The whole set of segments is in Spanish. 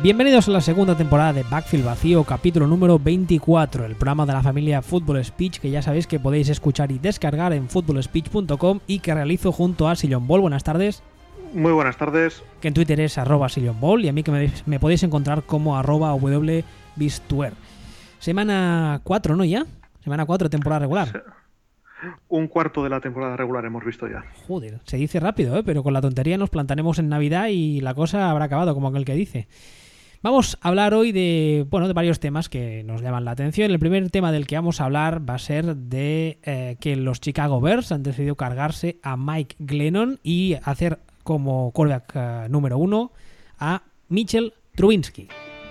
Bienvenidos a la segunda temporada de Backfield Vacío, capítulo número 24, el programa de la familia Football Speech, que ya sabéis que podéis escuchar y descargar en footballspeech.com y que realizo junto a Sillon Ball. Buenas tardes. Muy buenas tardes. Que en Twitter es @SillonBall y a mí que me podéis encontrar como @wbistuer. Semana 4, ¿no ya? Semana 4, temporada regular. Un cuarto de la temporada regular hemos visto ya. Joder, se dice rápido, pero con la tontería nos plantaremos en Navidad y la cosa habrá acabado, como aquel que dice. Vamos a hablar hoy de varios temas que nos llaman la atención. El primer tema del que vamos a hablar va a ser de que los Chicago Bears han decidido cargarse a Mike Glennon y hacer como quarterback número 1 a Mitchell Trubisky.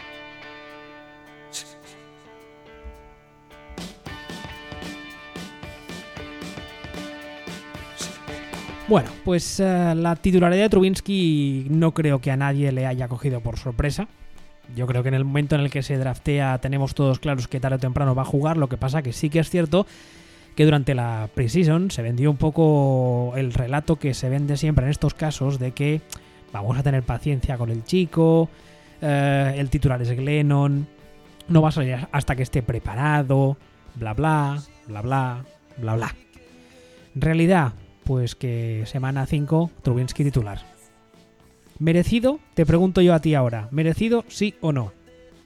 Bueno, pues la titularidad de Trubisky no creo que a nadie le haya cogido por sorpresa. Yo creo que en el momento en el que se draftea tenemos todos claros que tarde o temprano va a jugar. Lo que pasa que sí que es cierto que durante la preseason se vendió un poco el relato que se vende siempre en estos casos de que vamos a tener paciencia con el chico, el titular es Glennon, no va a salir hasta que esté preparado, bla bla, bla bla, bla bla. En realidad, pues que semana 5, Trubisky titular. ¿Merecido? Te pregunto yo a ti ahora. ¿Merecido sí o no?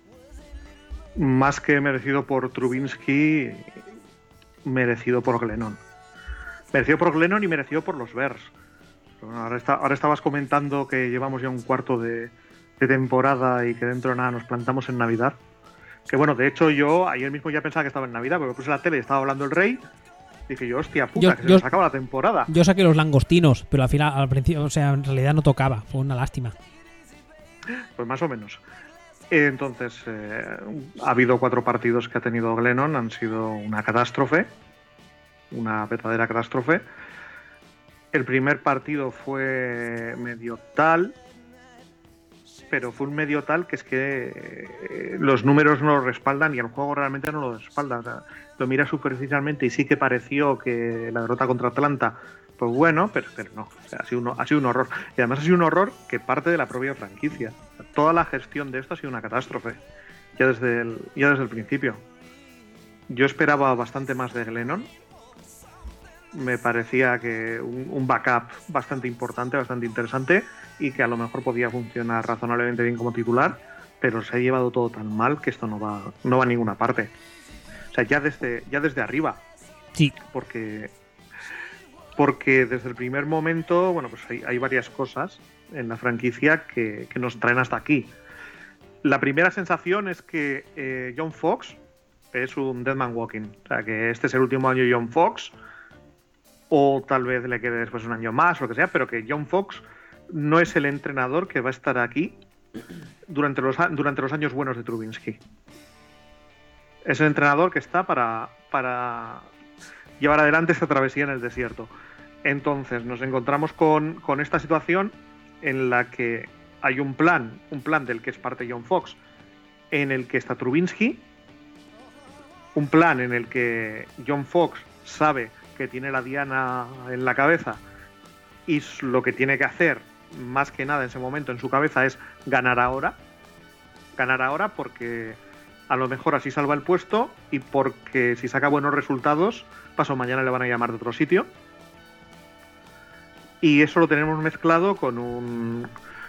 Más que merecido por Trubisky, merecido por Glennon. Merecido por Glennon y merecido por los Bears. Bueno, ahora estabas comentando que llevamos ya un cuarto de temporada y que dentro de nada nos plantamos en Navidad. Que bueno, de hecho yo ayer mismo ya pensaba que estaba en Navidad, porque puse la tele y estaba hablando el Rey. Dije yo, hostia puta, que se nos acaba la temporada. Yo saqué los langostinos, pero al principio, o sea, en realidad no tocaba. Fue una lástima. Pues más o menos. Entonces, ha habido 4 partidos que ha tenido Glennon, han sido una catástrofe. Una verdadera catástrofe. El primer partido fue medio tal, pero fue un medio tal que es que los números no lo respaldan y el juego realmente no lo respalda. O sea, lo mira superficialmente y sí que pareció que la derrota contra Atlanta, pues bueno, pero no. O sea, ha sido un horror. Y además ha sido un horror que parte de la propia franquicia. O sea, toda la gestión de esto ha sido una catástrofe, ya desde el principio. Yo esperaba bastante más de Glennon. Me parecía que un backup bastante importante, bastante interesante y que a lo mejor podía funcionar razonablemente bien como titular, pero se ha llevado todo tan mal que esto no va a ninguna parte. O sea, ya desde arriba. Sí. Porque desde el primer momento, bueno, pues hay varias cosas en la franquicia que nos traen hasta aquí. La primera sensación es que John Fox es un dead man walking. O sea, que este es el último año de John Fox, o tal vez le quede después un año más o lo que sea, pero que John Fox no es el entrenador que va a estar aquí durante los años buenos de Trubisky. Es el entrenador que está para llevar adelante esta travesía en el desierto. Entonces nos encontramos con esta situación en la que hay un plan del que es parte John Fox, en el que está Trubisky, un plan en el que John Fox sabe que tiene la diana en la cabeza y lo que tiene que hacer más que nada en ese momento en su cabeza es ganar ahora porque a lo mejor así salva el puesto y porque si saca buenos resultados pasado mañana le van a llamar de otro sitio, y eso lo tenemos mezclado con un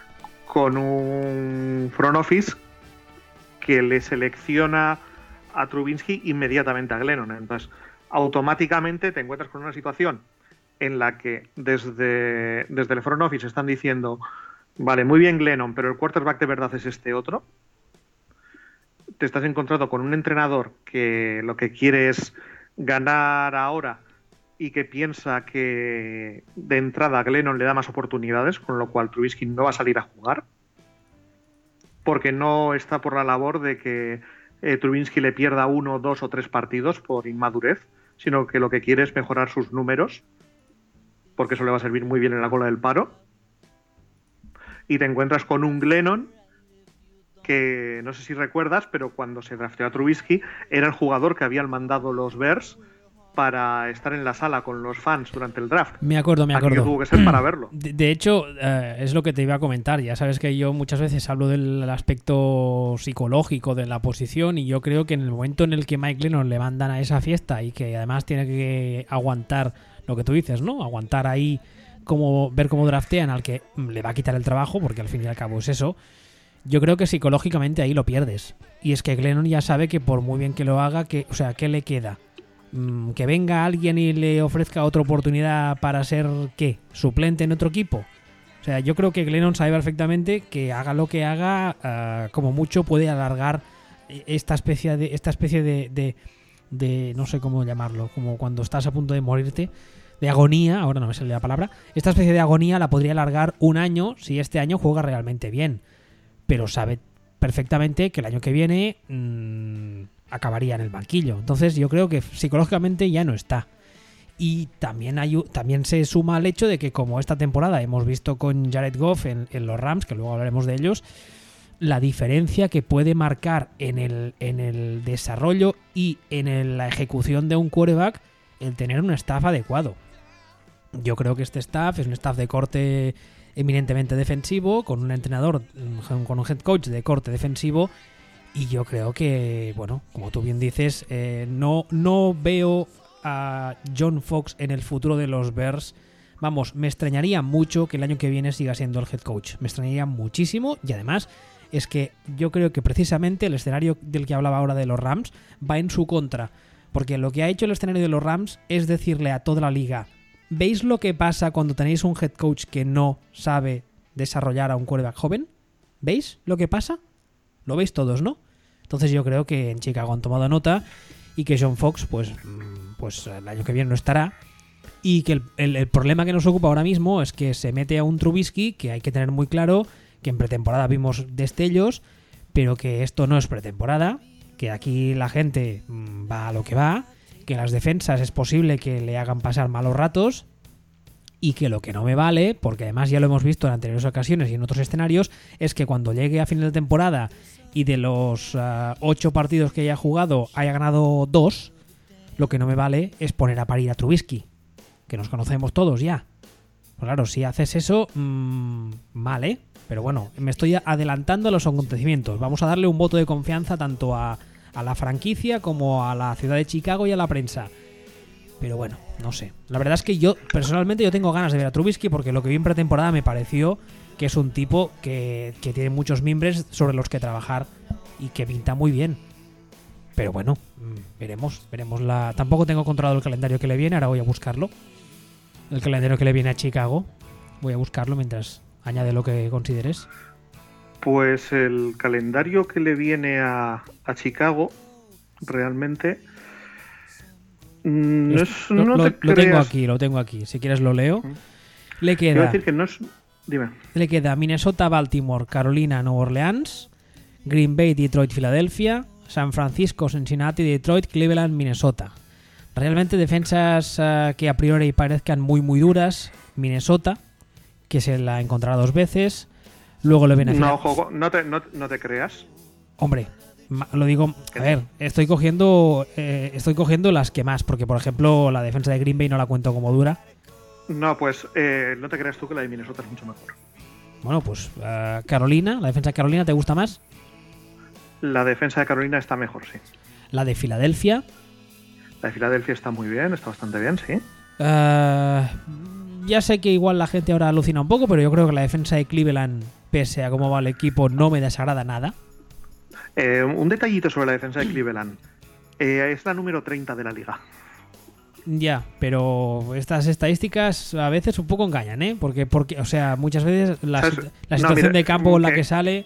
front office que le selecciona a Trubisky inmediatamente a Glennon. Entonces automáticamente te encuentras con una situación en la que desde el front office están diciendo, vale, muy bien Glennon, pero el quarterback de verdad es este otro. Te estás encontrando con un entrenador que lo que quiere es ganar ahora y que piensa que de entrada Glennon le da más oportunidades, con lo cual Trubisky no va a salir a jugar porque no está por la labor de que Trubisky le pierda 1, 2 o 3 partidos por inmadurez, sino que lo que quiere es mejorar sus números, porque eso le va a servir muy bien en la cola del paro. Y te encuentras con un Glennon que, no sé si recuerdas, pero cuando se drafteó a Trubisky, era el jugador que habían mandado los Bears para estar en la sala con los fans durante el draft. Me acuerdo. Aquello tuvo que ser para verlo. De hecho, es lo que te iba a comentar. Ya sabes que yo muchas veces hablo del aspecto psicológico de la posición, y yo creo que en el momento en el que Mike Glennon le mandan a esa fiesta y que además tiene que aguantar lo que tú dices, ¿no? Aguantar ahí, ver cómo draftean al que le va a quitar el trabajo, porque al fin y al cabo es eso. Yo creo que psicológicamente ahí lo pierdes. Y es que Glennon ya sabe que por muy bien que lo haga, ¿qué le queda? Que venga alguien y le ofrezca otra oportunidad para ser, ¿qué? ¿Suplente en otro equipo? O sea, yo creo que Glennon sabe perfectamente que haga lo que haga, como mucho puede alargar esta especie de no sé cómo llamarlo, como cuando estás a punto de morirte, de agonía, ahora no me sale la palabra. Esta especie de agonía la podría alargar un año si este año juega realmente bien, pero sabe perfectamente que el año que viene acabaría en el banquillo. Entonces yo creo que psicológicamente ya no está. Y también se suma al hecho de que, como esta temporada hemos visto con Jared Goff en los Rams, que luego hablaremos de ellos, la diferencia que puede marcar en el desarrollo y en la ejecución de un quarterback el tener un staff adecuado. Yo creo que este staff es un staff de corte eminentemente defensivo, con un entrenador, con un head coach de corte defensivo. Y yo creo que, bueno, como tú bien dices, no veo a John Fox en el futuro de los Bears. Vamos, me extrañaría mucho que el año que viene siga siendo el head coach. Me extrañaría muchísimo, y además es que yo creo que precisamente el escenario del que hablaba ahora de los Rams va en su contra. Porque lo que ha hecho el escenario de los Rams es decirle a toda la liga: ¿veis lo que pasa cuando tenéis un head coach que no sabe desarrollar a un quarterback joven? ¿Veis lo que pasa? Lo veis todos, ¿no? Entonces yo creo que en Chicago han tomado nota, y que John Fox pues el año que viene no estará, y que el problema que nos ocupa ahora mismo es que se mete a un Trubisky que hay que tener muy claro que en pretemporada vimos destellos, pero que esto no es pretemporada, que aquí la gente va a lo que va, que las defensas es posible que le hagan pasar malos ratos, y que lo que no me vale, porque además ya lo hemos visto en anteriores ocasiones y en otros escenarios, es que cuando llegue a final de temporada y de los 8 partidos que haya jugado haya ganado 2, lo que no me vale es poner a parir a Trubisky, que nos conocemos todos ya. Pues claro, si haces eso, vale, pero bueno, me estoy adelantando a los acontecimientos. Vamos a darle un voto de confianza tanto a la franquicia como a la ciudad de Chicago y a la prensa. Pero bueno, no sé. La verdad es que yo, personalmente, tengo ganas de ver a Trubisky, porque lo que vi en pretemporada me pareció que es un tipo que tiene muchos mimbres sobre los que trabajar y que pinta muy bien. Pero bueno, veremos. Tampoco tengo controlado el calendario que le viene, ahora voy a buscarlo. El calendario que le viene a Chicago. Voy a buscarlo mientras añade lo que consideres. Pues el calendario que le viene a Chicago, realmente... Lo tengo aquí. Si quieres lo leo. Le queda... Quiero decir que no es... Dime. Le queda Minnesota, Baltimore, Carolina, Nueva Orleans, Green Bay, Detroit, Filadelfia, San Francisco, Cincinnati, Detroit, Cleveland, Minnesota. Realmente defensas que a priori parezcan muy muy duras. Minnesota, que se la encontrará 2 veces. Luego le viene... No te creas. Hombre, lo digo... A ver, estoy cogiendo las que más, porque por ejemplo la defensa de Green Bay no la cuento como dura. No, pues no te creas tú que la de Minnesota es mucho mejor. Bueno, pues Carolina, ¿la defensa de Carolina te gusta más? La defensa de Carolina está mejor, sí. La de Filadelfia. La de Filadelfia está muy bien, está bastante bien, sí. Ya sé que igual la gente ahora alucina un poco, pero yo creo que la defensa de Cleveland, pese a cómo va el equipo, no me desagrada nada. Un detallito sobre la defensa de Cleveland. Es la número 30 de la liga. Ya, pero estas estadísticas a veces un poco engañan, ¿eh? Porque o sea, muchas veces la situación de campo en la que sale...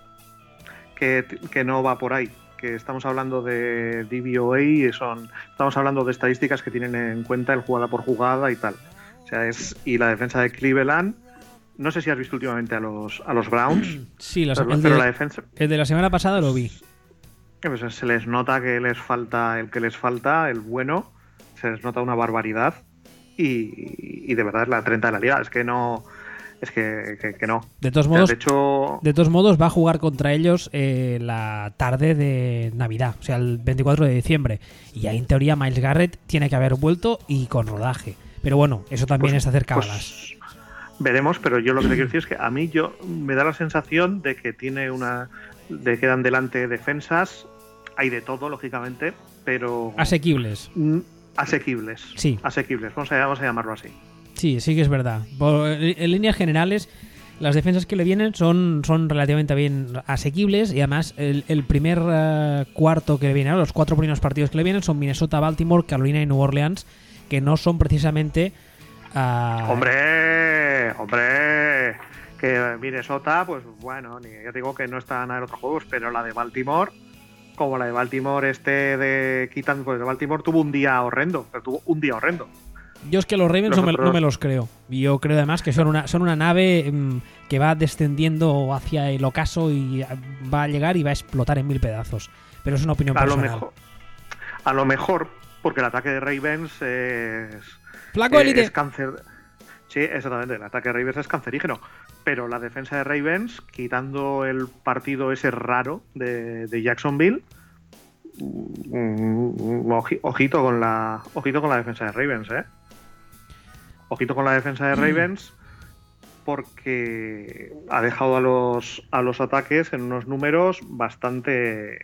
Que no va por ahí. Que estamos hablando de DVOA y estamos hablando de estadísticas que tienen en cuenta el jugada por jugada y tal. O sea, y la defensa de Cleveland... No sé si has visto últimamente a los Browns. Sí, pero la defensa... El de la semana pasada lo vi. Pues se les nota que les falta el bueno. Se les nota una barbaridad. Y de verdad es la 30 de la liga. Es que no Es que no. De todos modos, va a jugar contra ellos la tarde de Navidad, o sea, el 24 de diciembre. Y ahí, en teoría, Myles Garrett tiene que haber vuelto y con rodaje. Pero bueno, eso también es hacer cábalas. Veremos, pero yo lo que te quiero decir es que a mí me da la sensación de que de que dan delante defensas. Hay de todo, lógicamente, pero... Asequibles. Asequibles. Sí. Asequibles, vamos a llamarlo así. Sí, sí que es verdad. En líneas generales, las defensas que le vienen son relativamente bien asequibles, y además el primer cuarto que le viene, los 4 primeros partidos que le vienen son Minnesota, Baltimore, Carolina y New Orleans, que no son precisamente... ¡Hombre! Que Minnesota, pues bueno, ya te digo que no está nada en otros juegos, pero la de Baltimore, como la de Baltimore pues de Baltimore tuvo un día horrendo, Yo es que los Ravens no me los creo. Yo creo además que son una nave que va descendiendo hacia el ocaso y va a llegar y va a explotar en 1000 pedazos. Pero es una opinión personal. A lo mejor, porque el ataque de Ravens es... ¡Flaco élite! Es cáncer. Sí, exactamente. El ataque de Ravens es cancerígeno. Pero la defensa de Ravens, quitando el partido ese raro de Jacksonville, ojito con la defensa de Ravens, ¿eh? Ojito con la defensa de Ravens, porque ha dejado a los ataques en unos números bastante...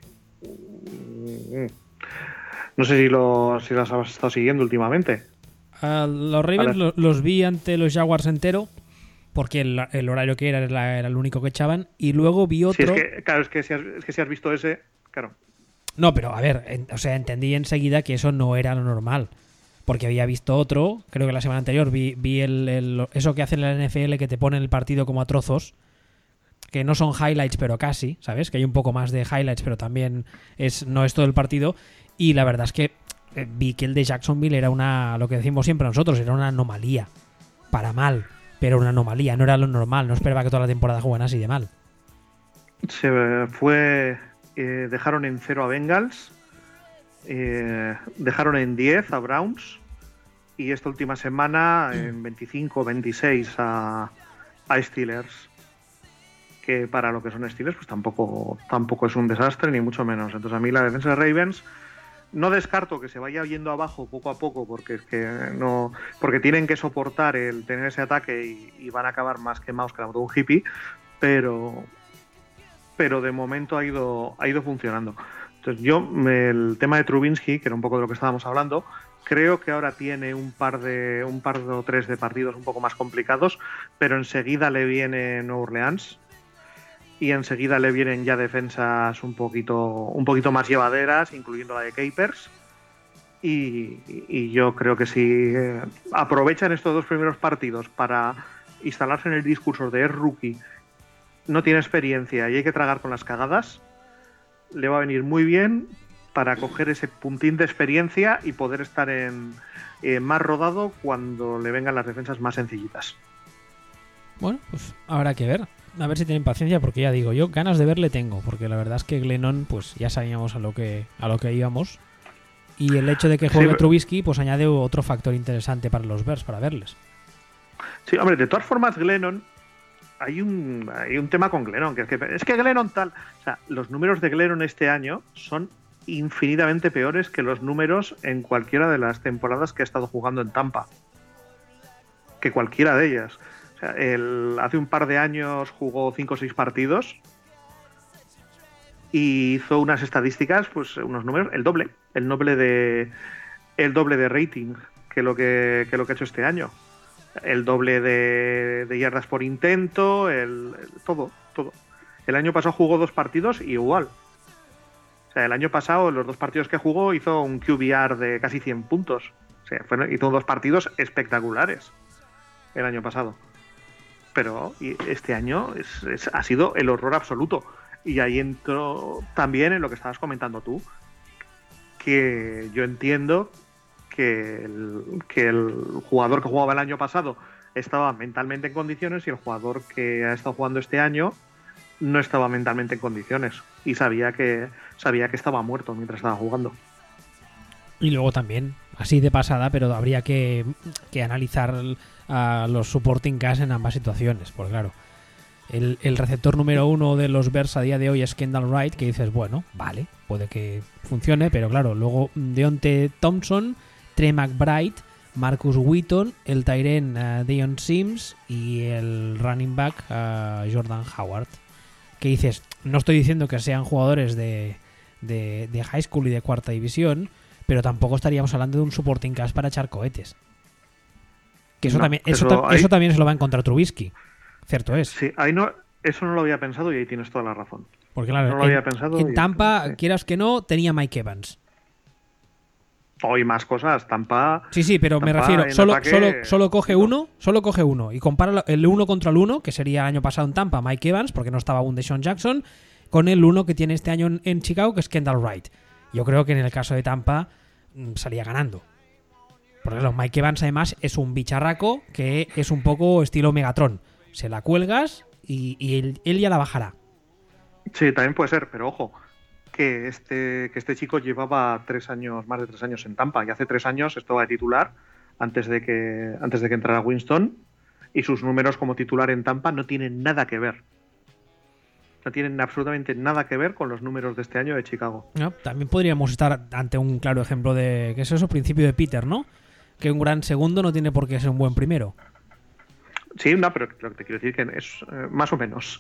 No sé si las has estado siguiendo últimamente. Los Ravens los vi ante los Jaguars entero, porque el horario que era el único que echaban, y luego vi otro... Sí, es que si has visto ese, claro. No, pero a ver, entendí enseguida que eso no era lo normal, porque había visto otro, creo que la semana anterior vi eso que hacen en la NFL, que te ponen el partido como a trozos, que no son highlights, pero casi, ¿sabes? Que hay un poco más de highlights, pero también no es todo el partido, y la verdad es que vi que el de Jacksonville era lo que decimos siempre nosotros, era una anomalía, para mal, pero una anomalía, no era lo normal, no esperaba que toda la temporada jugaran así de mal. Dejaron en 0 a Bengals, dejaron en 10 a Browns, y esta última semana en 25-26 a Steelers, que para lo que son Steelers pues tampoco es un desastre, ni mucho menos. Entonces a mí la defensa de Ravens no descarto que se vaya yendo abajo poco a poco, porque porque tienen que soportar el tener ese ataque y van a acabar más quemados que la moto de un hippie, pero de momento ha ido funcionando. Entonces el tema de Trubinsky, que era un poco de lo que estábamos hablando, creo que ahora tiene un par o tres de partidos un poco más complicados, pero enseguida le viene Nueva Orleans y enseguida le vienen ya defensas un poquito más llevaderas, incluyendo la de Capers, y yo creo que si aprovechan estos 2 primeros partidos para instalarse en el discurso de rookie, no tiene experiencia y hay que tragar con las cagadas, le va a venir muy bien para coger ese puntín de experiencia y poder estar más rodado cuando le vengan las defensas más sencillitas. Bueno, pues habrá que ver. A ver si tienen paciencia, porque ya digo, yo ganas de verle tengo, porque la verdad es que Glennon, pues ya sabíamos a lo que íbamos, y el hecho de que juegue Trubisky pues añade otro factor interesante para los Bears, para verles. Sí, hombre, de todas formas Glennon, hay un tema con Glennon, que es que Glennon tal, o sea, los números de Glennon este año son infinitamente peores que los números en cualquiera de las temporadas que ha estado jugando en Tampa, que cualquiera de ellas. O sea, hace un par de años jugó 5 o 6 partidos y hizo unas estadísticas, pues unos números, el doble de rating que lo que ha hecho este año, el doble de yardas por intento, todo. El año pasado jugó 2 partidos y igual. O sea, el año pasado, los 2 partidos que jugó, hizo un QBR de casi 100 puntos. O sea, hizo 2 partidos espectaculares el año pasado. Pero este año ha sido el horror absoluto. Y ahí entro también en lo que estabas comentando tú, que yo entiendo que el jugador que jugaba el año pasado estaba mentalmente en condiciones y el jugador que ha estado jugando este año no estaba mentalmente en condiciones y sabía que estaba muerto mientras estaba jugando. Y luego también así de pasada, pero habría que analizar a los supporting cast en ambas situaciones, porque claro, el receptor número 1 de los Bears a día de hoy es Kendall Wright, que dices, bueno, vale, puede que funcione, pero claro, luego Deontay Thompson, Trey McBride, Marcus Wheaton, el tight end Deion Sims y el running back Jordan Howard, que dices, no estoy diciendo que sean jugadores de high school y de cuarta división, pero tampoco estaríamos hablando de un supporting cast para echar cohetes. Que eso, eso también se lo va a encontrar Trubisky. Cierto es. Sí, eso no lo había pensado y ahí tienes toda la razón. Porque claro, no lo había pensado en Tampa, quieras que no, tenía Mike Evans. Hoy más cosas, Tampa... Sí, pero me refiero, solo coge uno y compara el 1 contra el 1, que sería el año pasado en Tampa, Mike Evans, porque no estaba aún DeSean Jackson, con el 1 que tiene este año en Chicago, que es Kendall Wright. Yo creo que en el caso de Tampa salía ganando. Porque claro, Mike Evans además es un bicharraco que es un poco estilo Megatron. Se la cuelgas y él ya la bajará. Sí, también puede ser, pero ojo, que este chico llevaba más de 3 años en Tampa, y hace 3 años estaba de titular antes de que entrara Winston, y sus números como titular en Tampa no tienen nada que ver. No tienen absolutamente nada que ver con los números de este año de Chicago. No, también podríamos estar ante un claro ejemplo de que es eso, principio de Peter, ¿no? Que un gran segundo no tiene por qué ser un buen primero. Sí, no, pero lo que te quiero decir que es más o menos.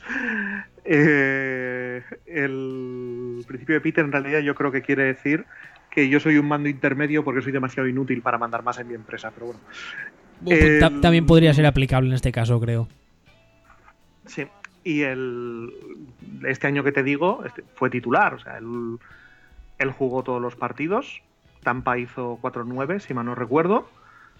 El principio de Peter en realidad yo creo que quiere decir que yo soy un mando intermedio porque soy demasiado inútil para mandar más en mi empresa, pero bueno. También podría ser aplicable en este caso, creo. Sí, y este año que te digo fue titular, o sea, él jugó todos los partidos. Tampa hizo 4-9, si mal no recuerdo.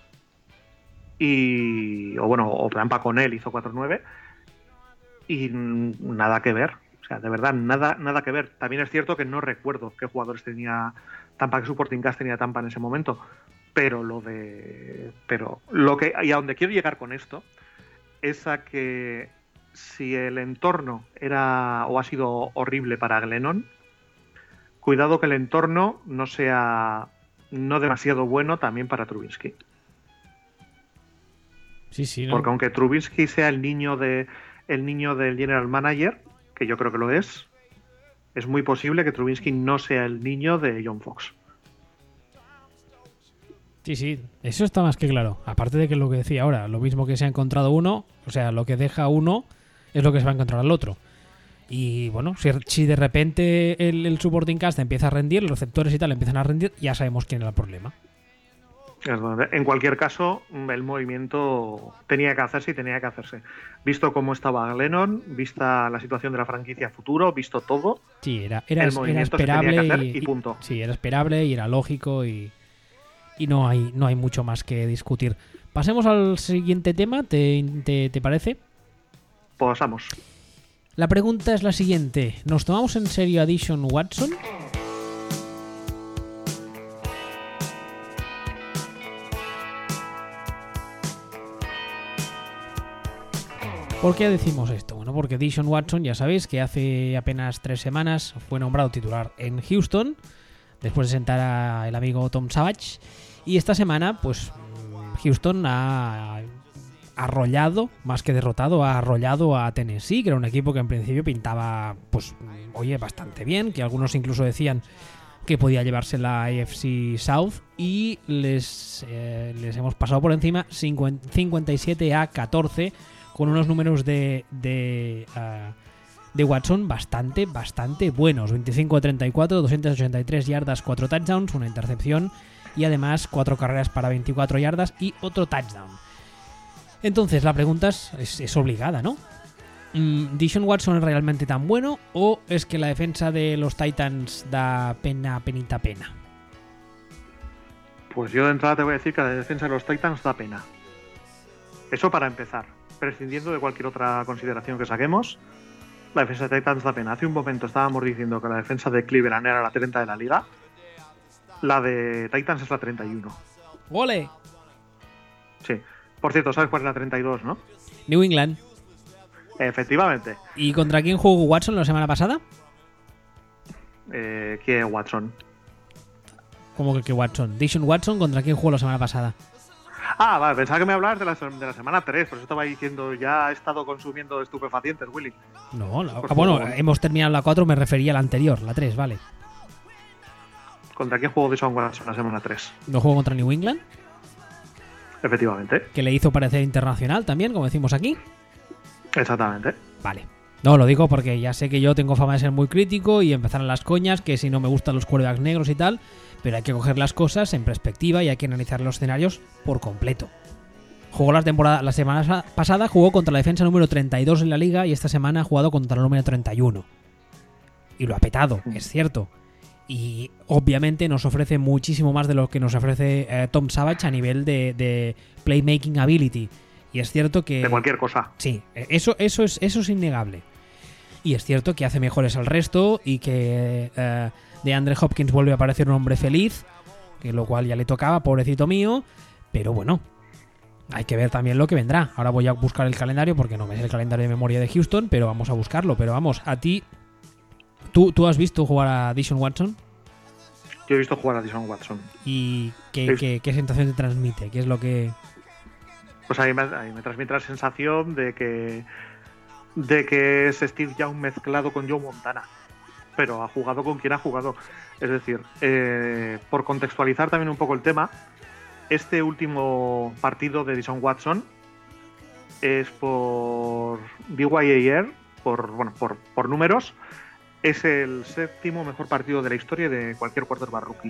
O Tampa con él hizo 4-9. Y nada que ver. O sea, de verdad, nada que ver. También es cierto que no recuerdo qué jugadores tenía Tampa, qué supporting cast tenía Tampa en ese momento. Pero y a donde quiero llegar con esto es a que si el entorno era o ha sido horrible para Glennon, cuidado que el entorno no sea no demasiado bueno también para Trubisky. Sí, ¿no? Porque aunque Trubisky sea el niño del general manager, que yo creo que lo es muy posible que Trubisky no sea el niño de John Fox. Sí, eso está más que claro. Aparte de que lo que decía ahora, lo mismo que se ha encontrado uno, o sea, lo que deja uno es lo que se va a encontrar al otro. Y bueno, si de repente el supporting cast empieza a rendir, los receptores y tal empiezan a rendir, ya sabemos quién era el problema. En cualquier caso, el movimiento tenía que hacerse. Visto cómo estaba Glennon, vista la situación de la franquicia futuro, visto todo. Sí, era esperable y punto. Sí, era esperable y era lógico y no hay mucho más que discutir. Pasemos al siguiente tema, ¿te parece? Pasamos. La pregunta es la siguiente. ¿Nos tomamos en serio a Deshaun Watson? ¿Por qué decimos esto? Bueno, porque Deshaun Watson, ya sabéis que hace apenas 3 semanas fue nombrado titular en Houston, después de sentar al amigo Tom Savage, y esta semana, pues, Houston ha arrollado, más que derrotado, ha arrollado a Tennessee, que era un equipo que en principio pintaba, pues, oye, bastante bien, que algunos incluso decían que podía llevarse la AFC South, y les hemos pasado por encima 57-14, con unos números de Watson bastante buenos. 25-34, 283 yardas, 4 touchdowns, una intercepción y además 4 carreras para 24 yardas y otro touchdown. Entonces la pregunta es obligada, ¿no? ¿Deshaun Watson es realmente tan bueno o es que la defensa de los Titans da penita pena? Pues yo de entrada te voy a decir que la defensa de los Titans da pena. Eso para empezar. Prescindiendo de cualquier otra consideración que saquemos, la defensa de Titans da pena. Hace un momento estábamos diciendo que la defensa de Cleveland era la 30 de la liga. La de Titans es la 31. ¡Ole! Sí. Por cierto, ¿sabes cuál es la 32, no? New England. Efectivamente. ¿Y contra quién jugó Watson la semana pasada? ¿Quién es Watson? ¿Cómo que Watson? Deshaun Watson, ¿contra quién jugó la semana pasada? Ah, vale, pensaba que me hablabas de la semana 3, por eso estaba diciendo, ya he estado consumiendo estupefacientes, Willy. No, bueno, hemos terminado la 4, me refería a la anterior, la 3, vale. ¿Contra quién jugó Deshaun Watson la semana 3? ¿No jugó contra New England? Efectivamente. Que le hizo parecer internacional también, como decimos aquí. Exactamente. Vale. No, lo digo porque ya sé que yo tengo fama de ser muy crítico y empezarán las coñas, que si no me gustan los quarterbacks negros y tal, pero hay que coger las cosas en perspectiva y hay que analizar los escenarios por completo. Jugó la semana pasada jugó contra la defensa número 32 en la liga y esta semana ha jugado contra la número 31. Y lo ha petado, es cierto. Y obviamente nos ofrece muchísimo más de lo que nos ofrece Tom Savage a nivel de playmaking ability. Y es cierto que... De cualquier cosa. Sí, eso es innegable. Y es cierto que hace mejores al resto y que DeAndre Hopkins vuelve a parecer un hombre feliz, que lo cual ya le tocaba, pobrecito mío. Pero bueno, hay que ver también lo que vendrá. Ahora voy a buscar el calendario porque no me sé el calendario de memoria de Houston, pero vamos a buscarlo. Pero vamos, a ti... ¿Tú has visto jugar a Deshaun Watson? Yo he visto jugar a Deshaun Watson. ¿Y qué sensación te transmite? ¿Qué es lo que...? Pues ahí me transmite la sensación de que es Steve Young mezclado con Joe Montana. Pero ha jugado con quien ha jugado. Es decir, por contextualizar también un poco el tema, este último partido de Deshaun Watson es por BYAR, por números, es el 7º mejor partido de la historia de cualquier quarterback rookie.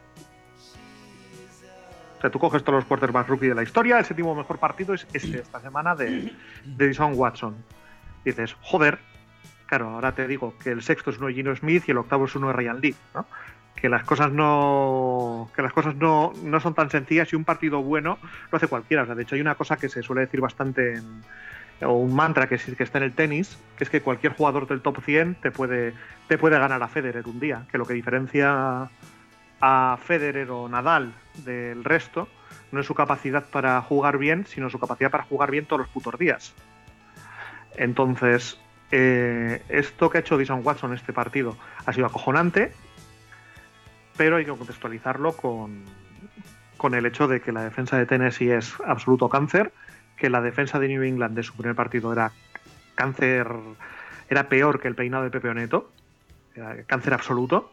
O sea, tú coges todos los quarterbacks rookie de la historia, el 7º mejor partido es esta semana de Deshaun Watson. Y dices, joder, claro, ahora te digo que el 6º es uno de Geno Smith y el 8º es uno de Ryan Leaf, ¿no? Que las cosas no son tan sencillas y un partido bueno lo hace cualquiera. O sea, de hecho hay una cosa que se suele decir bastante o un mantra que está en el tenis, que es que cualquier jugador del top 100 te puede ganar a Federer un día, que lo que diferencia a Federer o Nadal del resto no es su capacidad para jugar bien, sino su capacidad para jugar bien todos los putos días. Entonces, esto que ha hecho Deshaun Watson en este partido ha sido acojonante, pero hay que contextualizarlo con el hecho de que la defensa de Tennessee es absoluto cáncer, que la defensa de New England de su primer partido era cáncer, era peor que el peinado de Pepe Neto, era cáncer absoluto.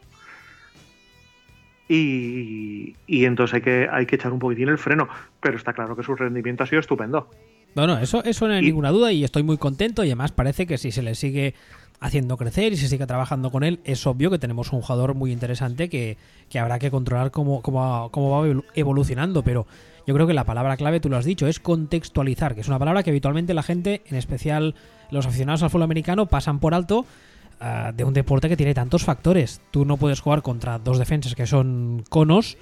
Y entonces hay que echar un poquitín el freno, pero está claro que su rendimiento ha sido estupendo. No, eso no hay ninguna duda y estoy muy contento y además parece que si se le sigue haciendo crecer y se sigue trabajando con él, es obvio que tenemos un jugador muy interesante que habrá que controlar cómo va evolucionando, pero yo creo que la palabra clave, tú lo has dicho, es contextualizar, que es una palabra que habitualmente la gente, en especial los aficionados al fútbol americano, pasan por alto de un deporte que tiene tantos factores. Tú no puedes jugar contra dos defensas que son conos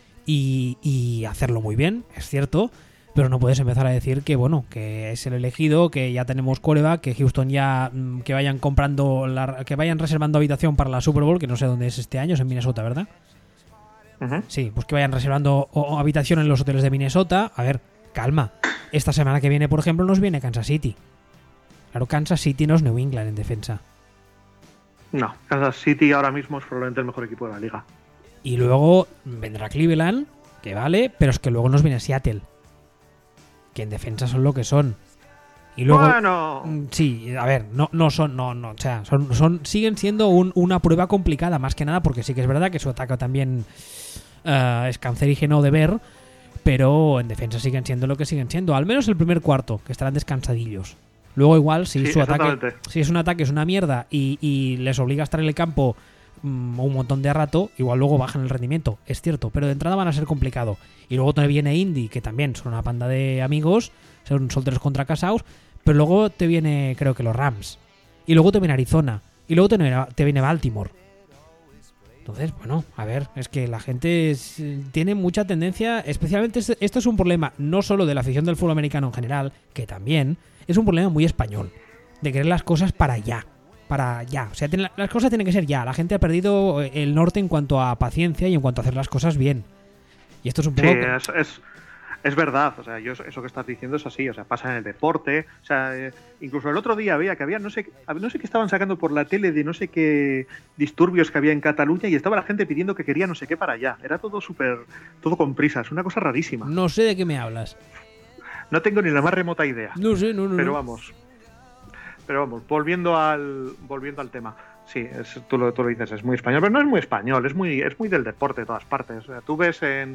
y hacerlo muy bien, es cierto, pero no puedes empezar a decir que bueno, que es el elegido, que ya tenemos quarterback, que Houston ya que vayan que vayan reservando habitación para la Super Bowl, que no sé dónde es este año, es en Minnesota, ¿verdad? Uh-huh. Sí, pues que vayan reservando habitación en los hoteles de Minnesota. A ver, calma. Esta semana que viene, por ejemplo, nos viene Kansas City. Claro, Kansas City no es New England en defensa. No, Kansas City ahora mismo es probablemente el mejor equipo de la liga. Y luego vendrá Cleveland, que vale, pero es que luego nos viene Seattle, que en defensa son lo que son. Y luego, bueno, sí, a ver, o sea, siguen siendo una prueba complicada, más que nada porque sí que es verdad que su ataque también es cancerígeno de ver, pero en defensa siguen siendo lo que siguen siendo, al menos el primer cuarto, que estarán descansadillos. Luego igual, si su ataque, si es un ataque es una mierda y les obliga a estar en el campo un montón de rato, igual luego bajan el rendimiento, es cierto, pero de entrada van a ser complicado. Y luego te viene Indy, que también son una panda de amigos, son solteros contra casados, pero luego te viene, creo que los Rams, y luego te viene Arizona, y luego te viene Baltimore. Entonces, bueno, a ver, es que la gente tiene mucha tendencia, especialmente esto es un problema no solo de la afición del fútbol americano en general, que también es un problema muy español, de querer las cosas para ya. O sea, las cosas tienen que ser ya. La gente ha perdido el norte en cuanto a paciencia y en cuanto a hacer las cosas bien. Y esto es un poco... Sí, Es verdad, o sea, eso que estás diciendo es así, o sea, pasa en el deporte, o sea, incluso el otro día veía que había no sé qué estaban sacando por la tele de no sé qué disturbios que había en Cataluña y estaba la gente pidiendo que quería no sé qué para allá. Era todo todo con prisas, una cosa rarísima. No sé de qué me hablas. No tengo ni la más remota idea. No sé, no. Pero vamos, volviendo al tema. Sí, tú lo dices, es muy español, pero no es muy español, es muy del deporte de todas partes. O sea, tú ves en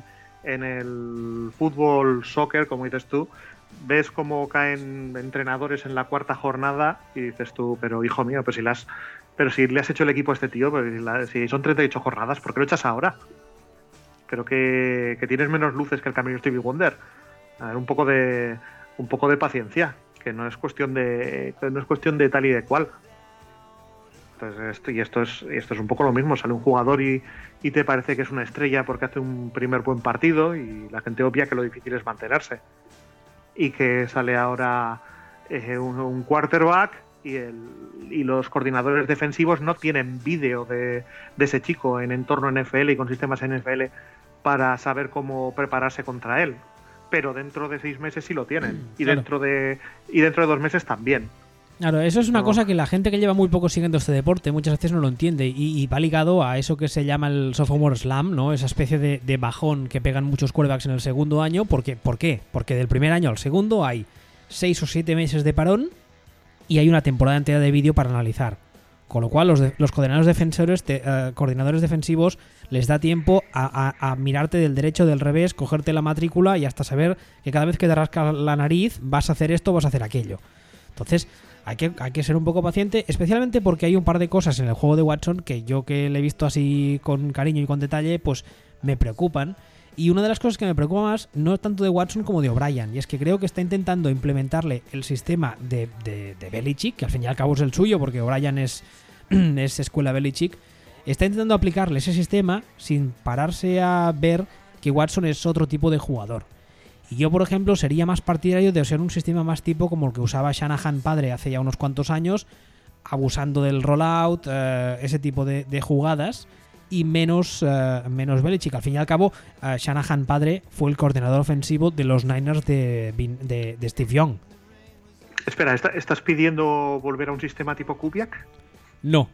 el fútbol, soccer, como dices tú, ves cómo caen entrenadores en la cuarta jornada y dices tú, pero hijo mío, pero si le has hecho el equipo a este tío, pues si son 38 jornadas, ¿por qué lo echas ahora? Creo que tienes menos luces que el camino Stevie Wonder. A ver, un poco de paciencia, que no es cuestión de tal y de cual. Entonces, esto es un poco lo mismo. Sale un jugador y te parece que es una estrella porque hace un primer buen partido y la gente obvia que lo difícil es mantenerse. Y que sale ahora un quarterback y los coordinadores defensivos no tienen vídeo de ese chico en entorno NFL y con sistemas NFL para saber cómo prepararse contra él. Pero dentro de 6 meses sí lo tienen. Y claro. dentro de 2 meses también. Claro, eso es una cosa que la gente que lleva muy poco siguiendo este deporte muchas veces no lo entiende y va ligado a eso que se llama el sophomore slam, ¿no? Esa especie de bajón que pegan muchos quarterbacks en el segundo año. ¿Por qué? Porque del primer año al segundo hay 6 o 7 meses de parón y hay una temporada entera de vídeo para analizar. Con lo cual los coordinadores defensivos les da tiempo a mirarte del derecho, del revés, cogerte la matrícula y hasta saber que cada vez que te rascas la nariz vas a hacer esto, vas a hacer aquello. Entonces hay que ser un poco paciente, especialmente porque hay un par de cosas en el juego de Watson que yo, que le he visto así con cariño y con detalle, pues me preocupan. Y una de las cosas que me preocupa más no es tanto de Watson como de O'Brien, y es que creo que está intentando implementarle el sistema de Belichick, que al fin y al cabo es el suyo, porque O'Brien es escuela Belichick. Está intentando aplicarle ese sistema sin pararse a ver que Watson es otro tipo de jugador. Y yo, por ejemplo, sería más partidario de ser un sistema más tipo como el que usaba Shanahan padre hace ya unos cuantos años, abusando del rollout, ese tipo de jugadas, y menos Belichick. Al fin y al cabo, Shanahan padre fue el coordinador ofensivo de los Niners de Steve Young. Espera, ¿estás pidiendo volver a un sistema tipo Kubiak? No,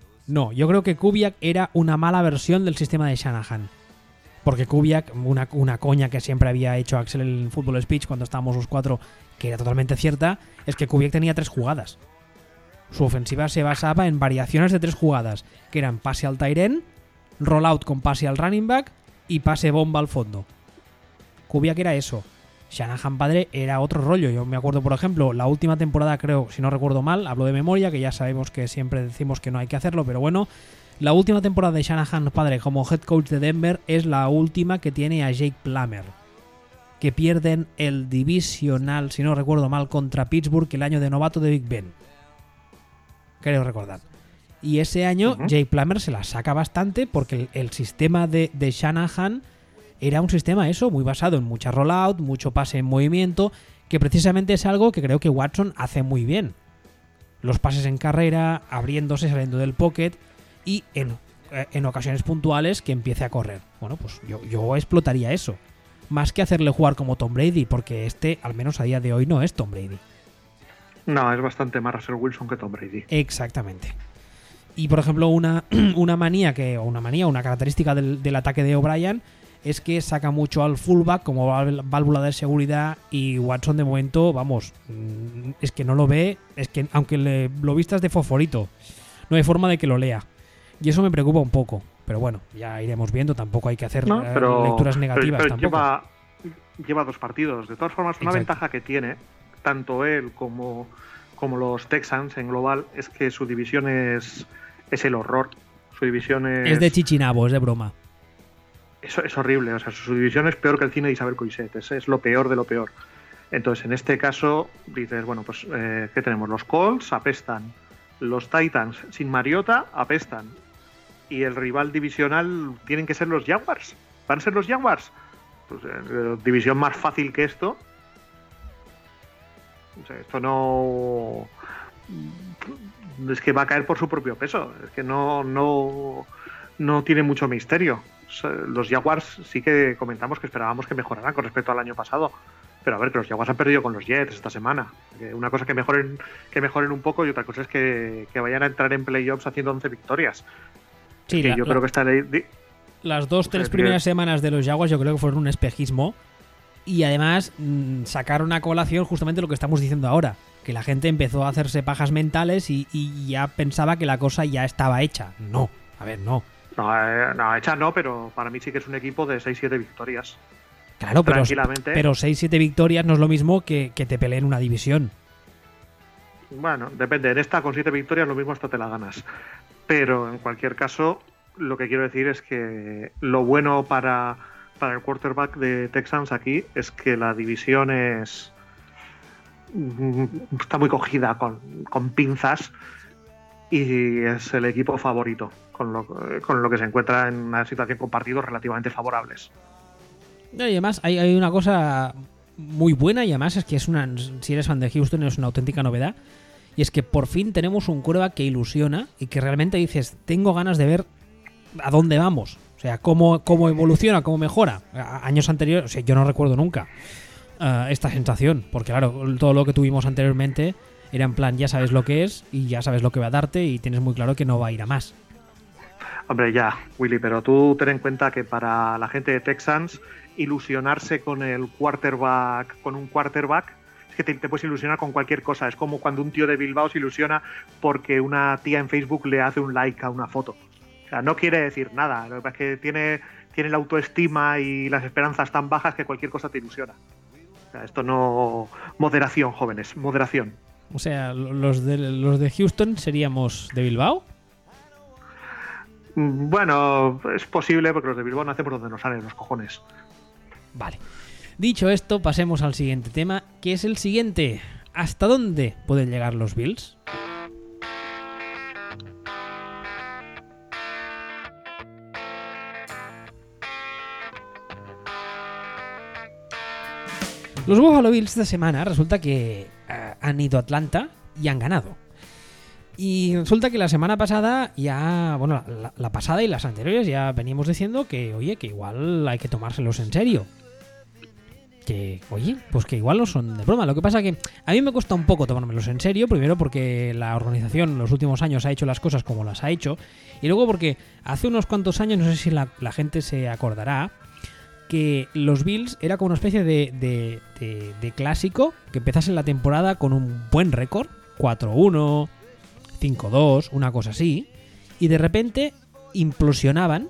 yo creo que Kubiak era una mala versión del sistema de Shanahan. Porque Kubiak, una coña que siempre había hecho Axel en Football Speech cuando estábamos los cuatro, que era totalmente cierta, es que Kubiak tenía 3 jugadas. Su ofensiva se basaba en variaciones de 3 jugadas, que eran pase al tight end, rollout con pase al running back y pase bomba al fondo. Kubiak era eso. Shanahan padre era otro rollo. Yo me acuerdo, por ejemplo, la última temporada, creo, si no recuerdo mal, hablo de memoria, que ya sabemos que siempre decimos que no hay que hacerlo, pero bueno, la última temporada de Shanahan padre como head coach de Denver es la última que tiene a Jake Plummer, que pierden el divisional, si no recuerdo mal, contra Pittsburgh el año de novato de Big Ben. Creo recordar. Y ese año Jake Plummer se la saca bastante porque el sistema de Shanahan era un sistema muy basado en mucha rollout, mucho pase en movimiento, que precisamente es algo que creo que Watson hace muy bien. Los pases en carrera, abriéndose, saliendo del pocket y en ocasiones puntuales que empiece a correr. Bueno, pues yo explotaría eso. Más que hacerle jugar como Tom Brady, porque al menos a día de hoy, no es Tom Brady. No, es bastante más Russell Wilson que Tom Brady. Exactamente. Y por ejemplo, una característica del ataque de O'Brien es que saca mucho al fullback como válvula de seguridad, y Watson de momento, vamos, es que no lo ve, es que aunque lo vistas de fosforito, no hay forma de que lo lea. Y eso me preocupa un poco. Pero bueno, ya iremos viendo, tampoco hay que hacer lecturas negativas tampoco. Lleva 2 partidos. De todas formas, una ventaja que tiene, tanto él como los Texans en global, es que su división es el horror. Su división es de chichinabo, es de broma. Es horrible, o sea, su división es peor que el cine de Isabel Coixet, es lo peor de lo peor. Entonces, en este caso, dices, bueno, pues, ¿qué tenemos? Los Colts apestan, los Titans sin Mariota apestan, y el rival divisional tienen que ser los Jaguars. ¿Van a ser los Jaguars? Pues división más fácil que esto. O sea, esto no... Es que va a caer por su propio peso, es que no tiene mucho misterio. Los Jaguars sí que comentamos que esperábamos que mejoraran con respecto al año pasado. Pero a ver, que los Jaguars han perdido con los Jets esta semana. Una cosa que mejoren un poco y otra cosa es que vayan a entrar en playoffs haciendo 11 victorias. Sí, yo creo que está las 2-3 primeras semanas de los Jaguars yo creo que fueron un espejismo. Y además sacaron a colación justamente lo que estamos diciendo ahora. Que la gente empezó a hacerse pajas mentales y ya pensaba que la cosa ya estaba hecha. No, a ver, no. No, hecha no, pero para mí sí que es un equipo de 6-7 victorias. Claro, pero 6-7 victorias no es lo mismo que te peleen una división. Bueno, depende. En esta con 7 victorias lo mismo hasta te la ganas. Pero en cualquier caso, lo que quiero decir es que lo bueno para el quarterback de Texans aquí es que la división está muy cogida con pinzas y es el equipo favorito con lo que se encuentra en una situación con partidos relativamente favorables. Y además hay una cosa muy buena y además es que si eres fan de Houston es una auténtica novedad y es que por fin tenemos un quarterback que ilusiona y que realmente dices, tengo ganas de ver a dónde vamos, o sea, cómo evoluciona, cómo mejora. Años anteriores, o sea, yo no recuerdo nunca esta sensación, porque claro, todo lo que tuvimos anteriormente era en plan, ya sabes lo que es y ya sabes lo que va a darte y tienes muy claro que no va a ir a más. Hombre, ya, Willy, pero tú ten en cuenta que para la gente de Texans ilusionarse con un quarterback, es que te puedes ilusionar con cualquier cosa. Es como cuando un tío de Bilbao se ilusiona porque una tía en Facebook le hace un like a una foto. O sea, no quiere decir nada. Lo que pasa es que tiene la autoestima y las esperanzas tan bajas que cualquier cosa te ilusiona. O sea, esto no... Moderación, jóvenes, moderación. O sea, los de Houston seríamos de Bilbao. Bueno, es posible porque los de Bilbao nacen por donde nos salen los cojones. Vale. Dicho esto, pasemos al siguiente tema, que es el siguiente. ¿Hasta dónde pueden llegar los Bills? Los Buffalo Bills esta semana resulta que han ido a Atlanta y han ganado. Y resulta que la semana pasada ya, bueno, la pasada y las anteriores ya veníamos diciendo que, oye, que igual hay que tomárselos en serio. Que, oye, pues que igual no son de broma. Lo que pasa que a mí me cuesta un poco tomármelos en serio, primero porque la organización en los últimos años ha hecho las cosas como las ha hecho, y luego porque hace unos cuantos años, no sé si la gente se acordará, que los Bills era como una especie de clásico que empezase la temporada con un buen récord, 4-1, 5-2, una cosa así, y de repente implosionaban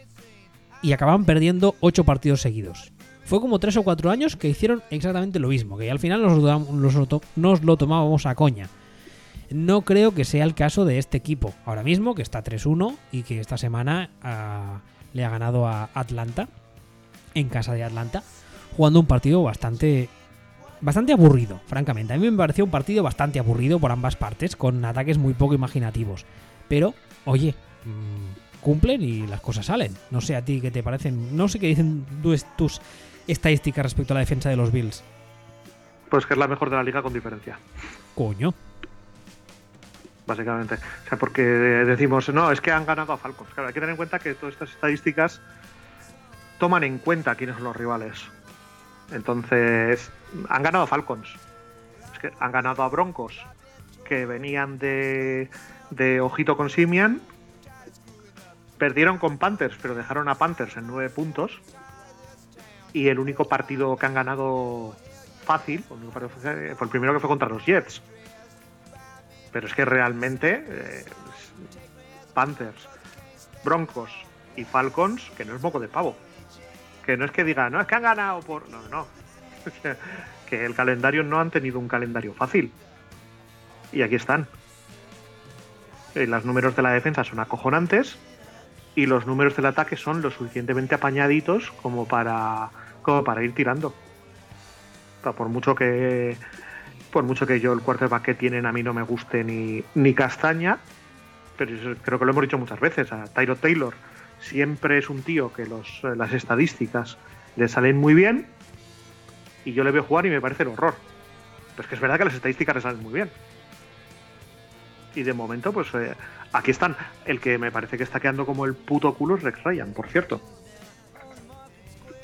y acababan perdiendo 8 partidos seguidos. Fue como 3 o 4 años que hicieron exactamente lo mismo, que al final nos lo tomábamos a coña. No creo que sea el caso de este equipo, ahora mismo que está 3-1 y que esta semana le ha ganado a Atlanta, en casa de Atlanta, jugando un partido bastante aburrido, francamente. A mí me pareció un partido bastante aburrido por ambas partes, con ataques muy poco imaginativos. Pero, oye, cumplen y las cosas salen. No sé a ti qué te parecen, no sé qué dicen tus estadísticas respecto a la defensa de los Bills. Pues que es la mejor de la liga con diferencia. Coño. Básicamente. O sea, porque decimos, no, es que han ganado a Falcons. Claro, hay que tener en cuenta que todas estas estadísticas toman en cuenta quiénes son los rivales. Entonces, han ganado a Falcons. Es que han ganado a Broncos, que venían de ojito con Simian. Perdieron con Panthers, pero dejaron a Panthers en 9 puntos. Y el único partido que han ganado fácil fue el primero, que fue contra los Jets. Pero es que realmente Panthers, Broncos y Falcons, que no es moco de pavo. Que no es que diga, no, es que han ganado por... No. Que el calendario no han tenido un calendario fácil. Y aquí están. Los números de la defensa son acojonantes y los números del ataque son lo suficientemente apañaditos como para ir tirando. O sea, por mucho que yo el quarterback que tienen a mí no me guste ni castaña, pero creo que lo hemos dicho muchas veces, a Tyrod Taylor siempre es un tío que las estadísticas le salen muy bien y yo le veo jugar y me parece el horror. Pero es que es verdad que las estadísticas le salen muy bien. Y de momento, pues aquí están. El que me parece que está quedando como el puto culo es Rex Ryan, por cierto.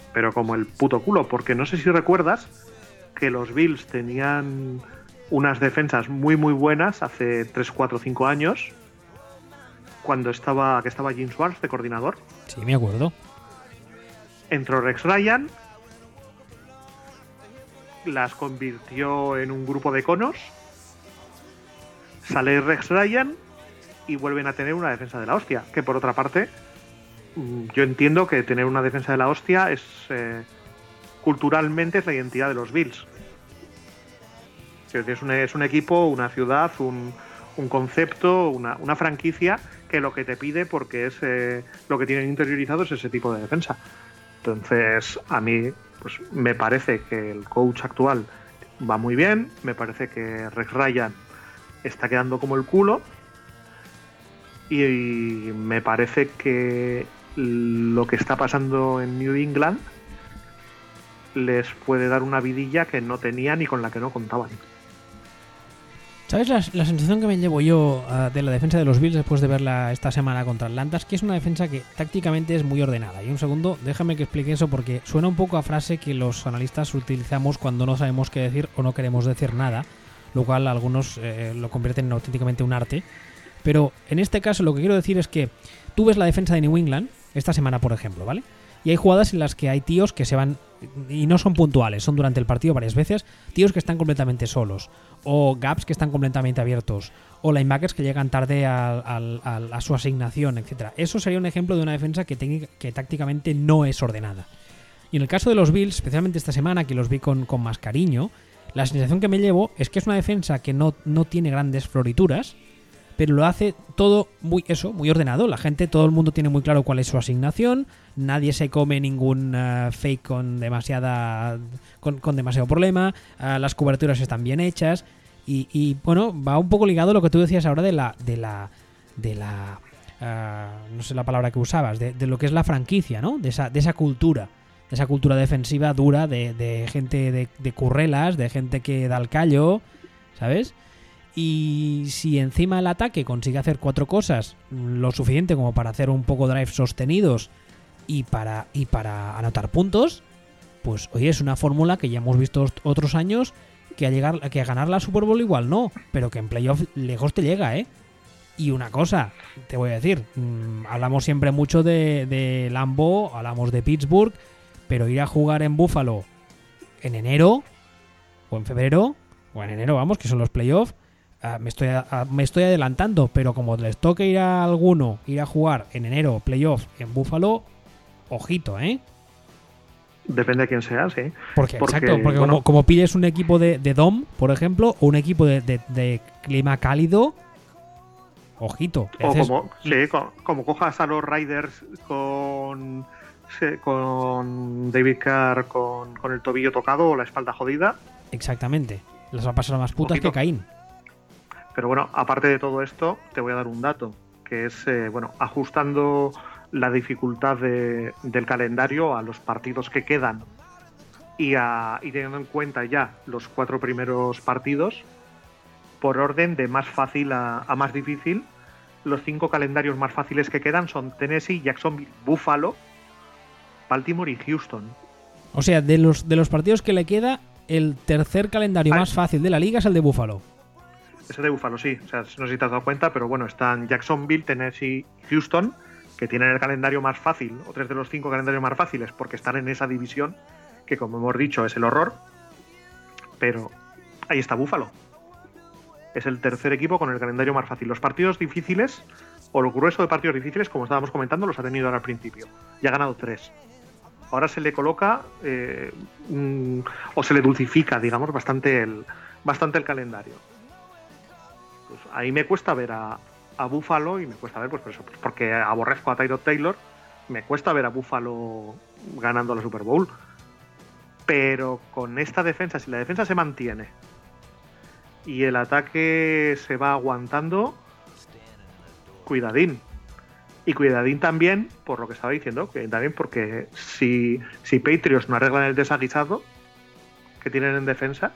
pero como el puto culo, porque no sé si recuerdas que los Bills tenían unas defensas muy muy buenas hace 3, 4, 5 años, cuando estaba Jim Schwartz de coordinador. Sí, me acuerdo. Entró Rex Ryan, las convirtió en un grupo de conos, sale Rex Ryan y vuelven a tener una defensa de la hostia, que por otra parte yo entiendo que tener una defensa de la hostia es culturalmente es la identidad de los Bills. Es un equipo, una ciudad, un concepto, una franquicia que lo que te pide, porque es lo que tienen interiorizado, es ese tipo de defensa. Entonces, a mí pues me parece que el coach actual va muy bien, me parece que Rex Ryan está quedando como el culo y me parece que lo que está pasando en New England les puede dar una vidilla que no tenían y con la que no contaban. ¿Sabes la sensación que me llevo yo de la defensa de los Bills después de verla esta semana contra Atlanta? Es que es una defensa que tácticamente es muy ordenada. Y un segundo, déjame que explique eso, porque suena un poco a frase que los analistas utilizamos cuando no sabemos qué decir o no queremos decir nada, lo cual algunos lo convierten en auténticamente un arte. Pero en este caso lo que quiero decir es que tú ves la defensa de New England esta semana, por ejemplo, ¿vale? Y hay jugadas en las que hay tíos que se van y no son puntuales, son durante el partido varias veces, tíos que están completamente solos, o gaps que están completamente abiertos, o linebackers que llegan tarde a su asignación, etcétera. Eso sería un ejemplo de una defensa que tácticamente no es ordenada. Y en el caso de los Bills, especialmente esta semana, que los vi con más cariño, la sensación que me llevo es que es una defensa que no tiene grandes florituras, pero lo hace todo muy ordenado. La gente, todo el mundo tiene muy claro cuál es su asignación, nadie se come ningún fake con demasiado problema, las coberturas están bien hechas y bueno, va un poco ligado a lo que tú decías ahora de la no sé la palabra que usabas, de lo que es la franquicia, ¿no? De esa cultura defensiva dura, de gente de currelas, de gente que da el callo, ¿sabes? Y si encima el ataque consigue hacer 4 cosas, lo suficiente como para hacer un poco drives sostenidos y para anotar puntos, pues oye, es una fórmula que ya hemos visto otros años, que a ganar la Super Bowl igual no, pero que en playoff lejos te llega, ¿eh? Y una cosa, te voy a decir, hablamos siempre mucho de Lambeau, hablamos de Pittsburgh, pero ir a jugar en Buffalo en enero, o en febrero, o en enero, vamos, que son los playoffs, me estoy adelantando, pero como les toque ir a jugar en enero, playoff en Buffalo, ojito, ¿eh? Depende de quién sea, sí. Porque bueno, como pides un equipo de Dom, por ejemplo, o un equipo de clima cálido, ojito. O como cojas a los Raiders con David Carr con el tobillo tocado o la espalda jodida. Exactamente. Les va a pasar más putas que Caín. Pero bueno, aparte de todo esto, te voy a dar un dato, que es, ajustando la dificultad del calendario a los partidos que quedan y teniendo en cuenta ya los 4 primeros partidos, por orden de más fácil a más difícil, los 5 calendarios más fáciles que quedan son Tennessee, Jacksonville, Buffalo, Baltimore y Houston. O sea, de los partidos que le queda, el tercer calendario más fácil de la liga es el de Buffalo. Es el de Buffalo, sí. O sea, no sé si te has dado cuenta, pero bueno, están Jacksonville, Tennessee, Houston, que tienen el calendario más fácil, o 3 de los 5 calendarios más fáciles, porque están en esa división, que como hemos dicho es el horror. Pero ahí está Buffalo. Es el tercer equipo con el calendario más fácil. Los partidos difíciles, o lo grueso de partidos difíciles, como estábamos comentando, los ha tenido ahora al principio. Y ha ganado 3. Ahora se le coloca, o se le dulcifica, digamos, bastante el calendario. Pues ahí me cuesta ver a Buffalo, y me cuesta ver, pues por eso, pues porque aborrezco a Tyrod Taylor, me cuesta ver a Buffalo ganando la Super Bowl. Pero con esta defensa, si la defensa se mantiene y el ataque se va aguantando, cuidadín. Y cuidadín también, por lo que estaba diciendo, que también porque si Patriots no arreglan el desaguisado que tienen en defensa,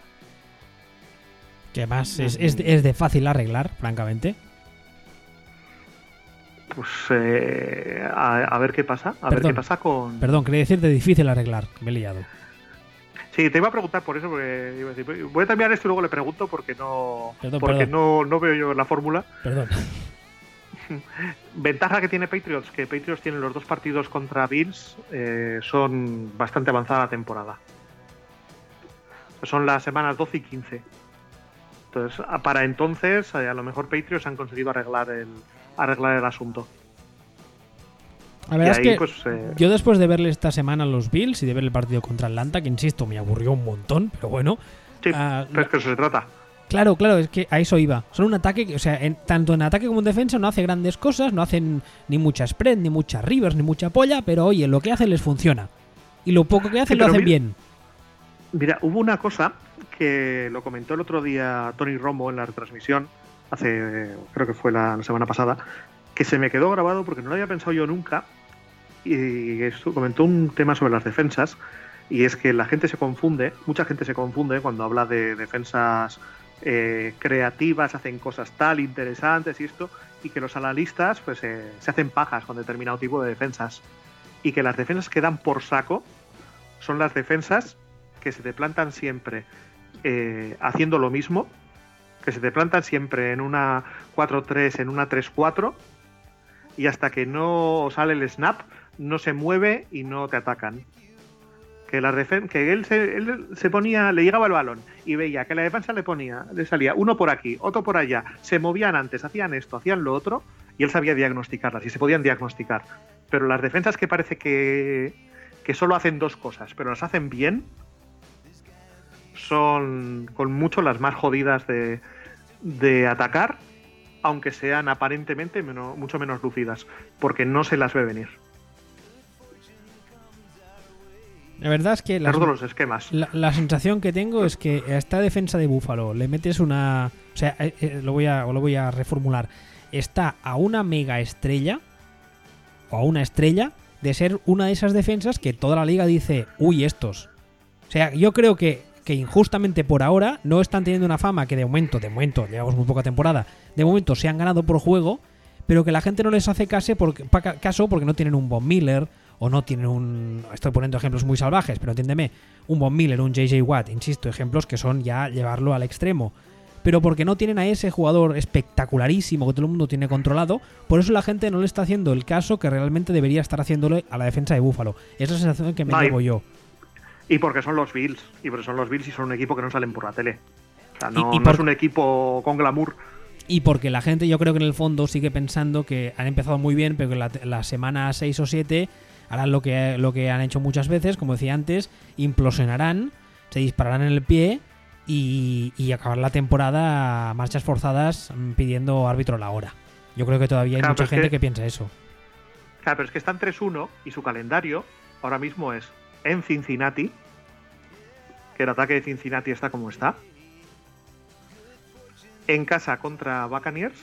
que además es de fácil arreglar, francamente. Pues a ver qué pasa. A ver qué pasa con. Perdón, quería decirte difícil arreglar. Me he liado. Sí, te iba a preguntar por eso, porque iba a decir, voy a terminar esto y luego le pregunto porque no veo yo la fórmula. Perdón. Ventaja que tiene Patriots, que Patriots tienen los 2 partidos contra Bills, son bastante avanzada la temporada. Son las semanas 12 y 15. Entonces, para entonces, a lo mejor Patriots han conseguido arreglar el asunto. La verdad es que pues, yo después de verle esta semana a los Bills y de ver el partido contra Atlanta, que insisto, me aburrió un montón, pero bueno. Sí, pero es que eso se trata. Claro, es que a eso iba. Son un ataque, o sea, tanto en ataque como en defensa no hace grandes cosas, no hacen ni mucha spread, ni mucha rivers, ni mucha polla, pero oye, lo que hacen les funciona. Y lo poco que hacen lo hacen bien. Mira, hubo una cosa que lo comentó el otro día Tony Romo en la retransmisión, creo que fue la semana pasada, que se me quedó grabado porque no lo había pensado yo nunca, y comentó un tema sobre las defensas, y es que mucha gente se confunde cuando habla de defensas creativas, hacen cosas tal interesantes y esto, y que los analistas pues se hacen pajas con determinado tipo de defensas, y que las defensas que dan por saco son las defensas que se te plantan siempre haciendo lo mismo, que se te plantan siempre en una 4-3, en una 3-4, y hasta que no sale el snap no se mueve y no te atacan. Que él se ponía, le llegaba el balón y veía que la defensa le salía uno por aquí, otro por allá, se movían antes, hacían esto, hacían lo otro, y él sabía diagnosticarlas y se podían diagnosticar. Pero las defensas que parece que solo hacen 2 cosas, pero las hacen bien, son con mucho las más jodidas de atacar, aunque sean aparentemente mucho menos lucidas, porque no se las ve venir. La verdad es que los esquemas. La sensación que tengo es que a esta defensa de Buffalo le metes una... O sea, lo voy a reformular. Está a una mega estrella o a una estrella de ser una de esas defensas que toda la liga dice, uy, estos. O sea, yo creo que injustamente por ahora no están teniendo una fama que de momento, llevamos muy poca temporada, de momento se han ganado por juego, pero que la gente no les hace caso porque no tienen un Von Miller o no tienen estoy poniendo ejemplos muy salvajes, pero entiéndeme, un Von Miller, un JJ Watt, insisto, ejemplos que son ya llevarlo al extremo, pero porque no tienen a ese jugador espectacularísimo que todo el mundo tiene controlado, por eso la gente no le está haciendo el caso que realmente debería estar haciéndole a la defensa de Buffalo. Esa es la sensación que me llevo yo. Y porque son los Bills, y son un equipo que no salen por la tele. O sea, no es un equipo con glamour. Y porque la gente, yo creo que en el fondo sigue pensando que han empezado muy bien, pero que la semana 6 o 7 harán lo que han hecho muchas veces, como decía antes, implosionarán, se dispararán en el pie y acabar la temporada a marchas forzadas pidiendo árbitro la hora. Yo creo que todavía hay mucha gente que piensa eso. Claro, pero es que están 3-1 y su calendario ahora mismo es en Cincinnati, que el ataque de Cincinnati está como está, en casa contra Buccaneers,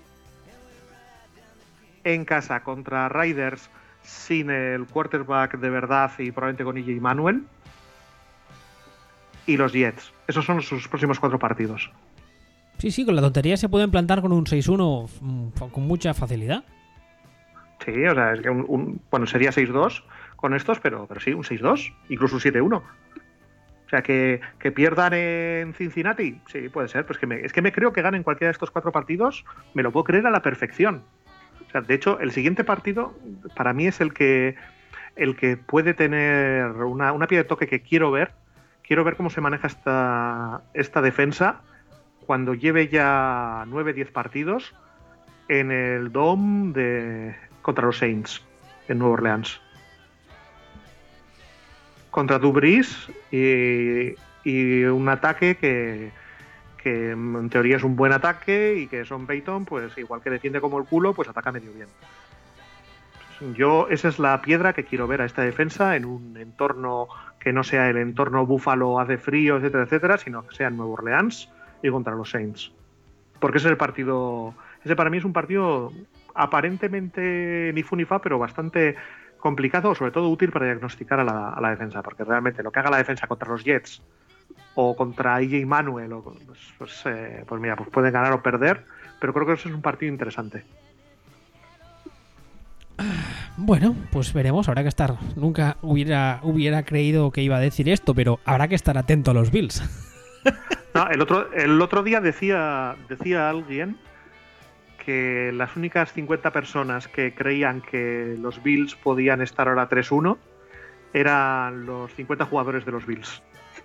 en casa contra Raiders sin el quarterback de verdad y probablemente con EJ Manuel, y los Jets. Esos son sus próximos 4 partidos. Sí, con la tontería se pueden plantar con un 6-1 con mucha facilidad. Sí, o sea, es que bueno, sería 6-2 con estos, pero sí, un 6-2, incluso un 7-1. O sea, que pierdan en Cincinnati, sí, puede ser, pues es que me creo que ganen cualquiera de estos 4 partidos, me lo puedo creer a la perfección. O sea, de hecho, el siguiente partido para mí es el que puede tener una piedra de toque que quiero ver. Quiero ver cómo se maneja esta defensa cuando lleve ya 9-10 partidos en el Dome contra los Saints en Nueva Orleans. Contra Drew Brees y un ataque que en teoría es un buen ataque y que Sean Payton, pues igual que defiende como el culo, pues ataca medio bien. Esa es la piedra que quiero ver a esta defensa en un entorno que no sea el entorno Buffalo, hace frío, etcétera, etcétera, sino que sea en Nueva Orleans y contra los Saints. Porque ese para mí es un partido aparentemente ni fu ni fa, pero bastante complicado, sobre todo útil para diagnosticar a la defensa, porque realmente lo que haga la defensa contra los Jets o contra EJ Manuel, pues mira, pues pueden ganar o perder, pero creo que eso es un partido interesante. Bueno, pues veremos, habrá que estar. Nunca hubiera creído que iba a decir esto, pero habrá que estar atento a los Bills. No, el otro día decía alguien que las únicas 50 personas que creían que los Bills podían estar ahora 3-1 eran los 50 jugadores de los Bills.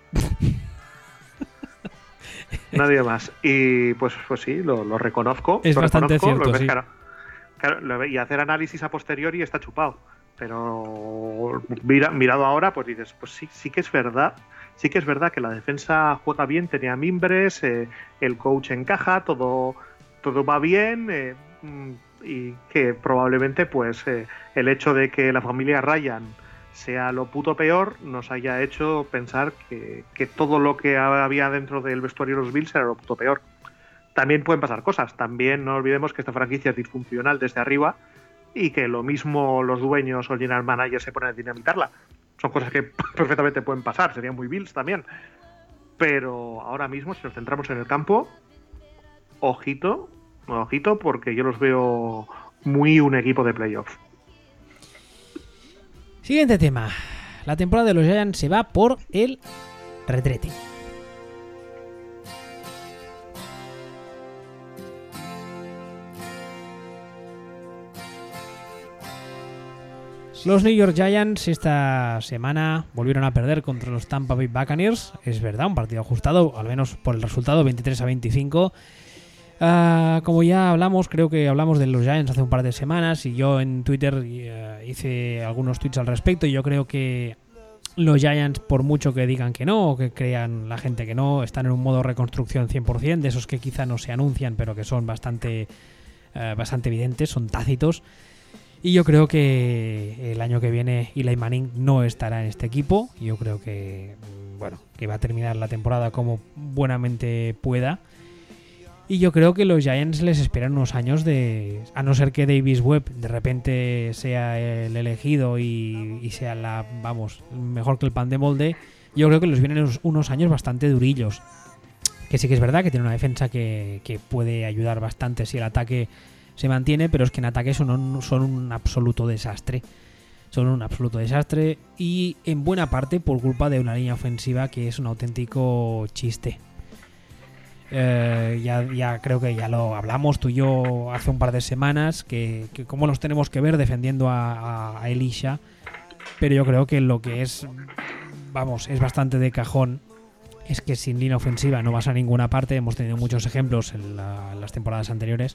Nadie más. Y pues sí, lo reconozco. Es bastante cierto, sí. Claro, y hacer análisis a posteriori está chupado. Pero mirado ahora, pues dices, pues sí que es verdad. Sí que es verdad que la defensa juega bien, tenía mimbres, el coach encaja, todo va bien, y que probablemente pues el hecho de que la familia Ryan sea lo puto peor nos haya hecho pensar que todo lo que había dentro del vestuario de los Bills era lo puto peor. También pueden pasar cosas, también no olvidemos que esta franquicia es disfuncional desde arriba y que lo mismo los dueños o el general manager se ponen a dinamitarla. Son cosas que perfectamente pueden pasar, serían muy Bills también. Pero ahora mismo, si nos centramos en el campo, ojito, porque yo los veo muy un equipo de playoff. Siguiente tema. La temporada de los Giants se va por el retrete. Los New York Giants esta semana volvieron a perder contra los Tampa Bay Buccaneers. Es verdad, un partido ajustado, al menos por el resultado, 23-25. Como ya hablamos, creo que hablamos de los Giants hace un par de semanas y yo en Twitter hice algunos tweets al respecto y yo creo que los Giants, por mucho que digan que no, o que crean la gente que no, están en un modo reconstrucción 100%, de esos que quizá no se anuncian pero que son bastante evidentes, son tácitos. Y yo creo que el año que viene Eli Manning no estará en este equipo. Yo creo que va a terminar la temporada como buenamente pueda. Y yo creo que los Giants les esperan unos años a no ser que Davis Webb de repente sea el elegido y sea mejor que el pan de molde. Yo creo que les vienen unos años bastante durillos. Que sí que es verdad que tiene una defensa que puede ayudar bastante si el ataque se mantiene, pero es que en ataque son un absoluto desastre. Son un absoluto desastre y en buena parte por culpa de una línea ofensiva que es un auténtico chiste. Ya creo que ya lo hablamos tú y yo hace un par de semanas, que cómo los tenemos que ver defendiendo a Elisha, pero yo creo que lo que es bastante de cajón es que sin línea ofensiva no vas a ninguna parte. Hemos tenido muchos ejemplos en las temporadas anteriores.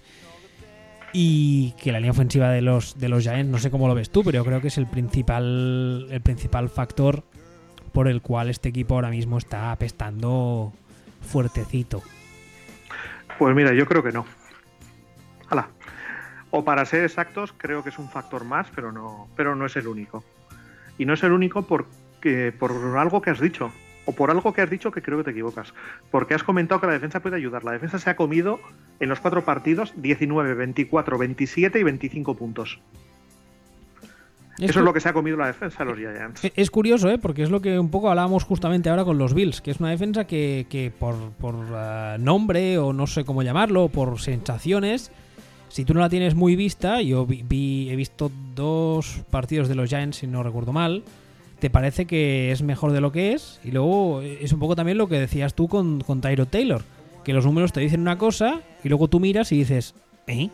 Y que la línea ofensiva de los Giants, no sé cómo lo ves tú, pero yo creo que es el principal factor por el cual este equipo ahora mismo está apestando fuertecito. Pues mira, yo creo que no. ¡Hala! O para ser exactos, creo que es un factor más, pero no es el único. Y no es el único por algo que has dicho. O por algo que has dicho que creo que te equivocas. Porque has comentado que la defensa puede ayudar. La defensa se ha comido en los 4 partidos 19, 24, 27 y 25 puntos. Eso es lo que se ha comido la defensa de los Giants. Es curioso, porque es lo que un poco hablábamos justamente ahora con los Bills, que es una defensa que por nombre, o no sé cómo llamarlo, por sensaciones, si tú no la tienes muy vista, yo he visto 2 partidos de los Giants, si no recuerdo mal, te parece que es mejor de lo que es, y luego es un poco también lo que decías tú con Tyrod Taylor, que los números te dicen una cosa y luego tú miras y dices ¿eh?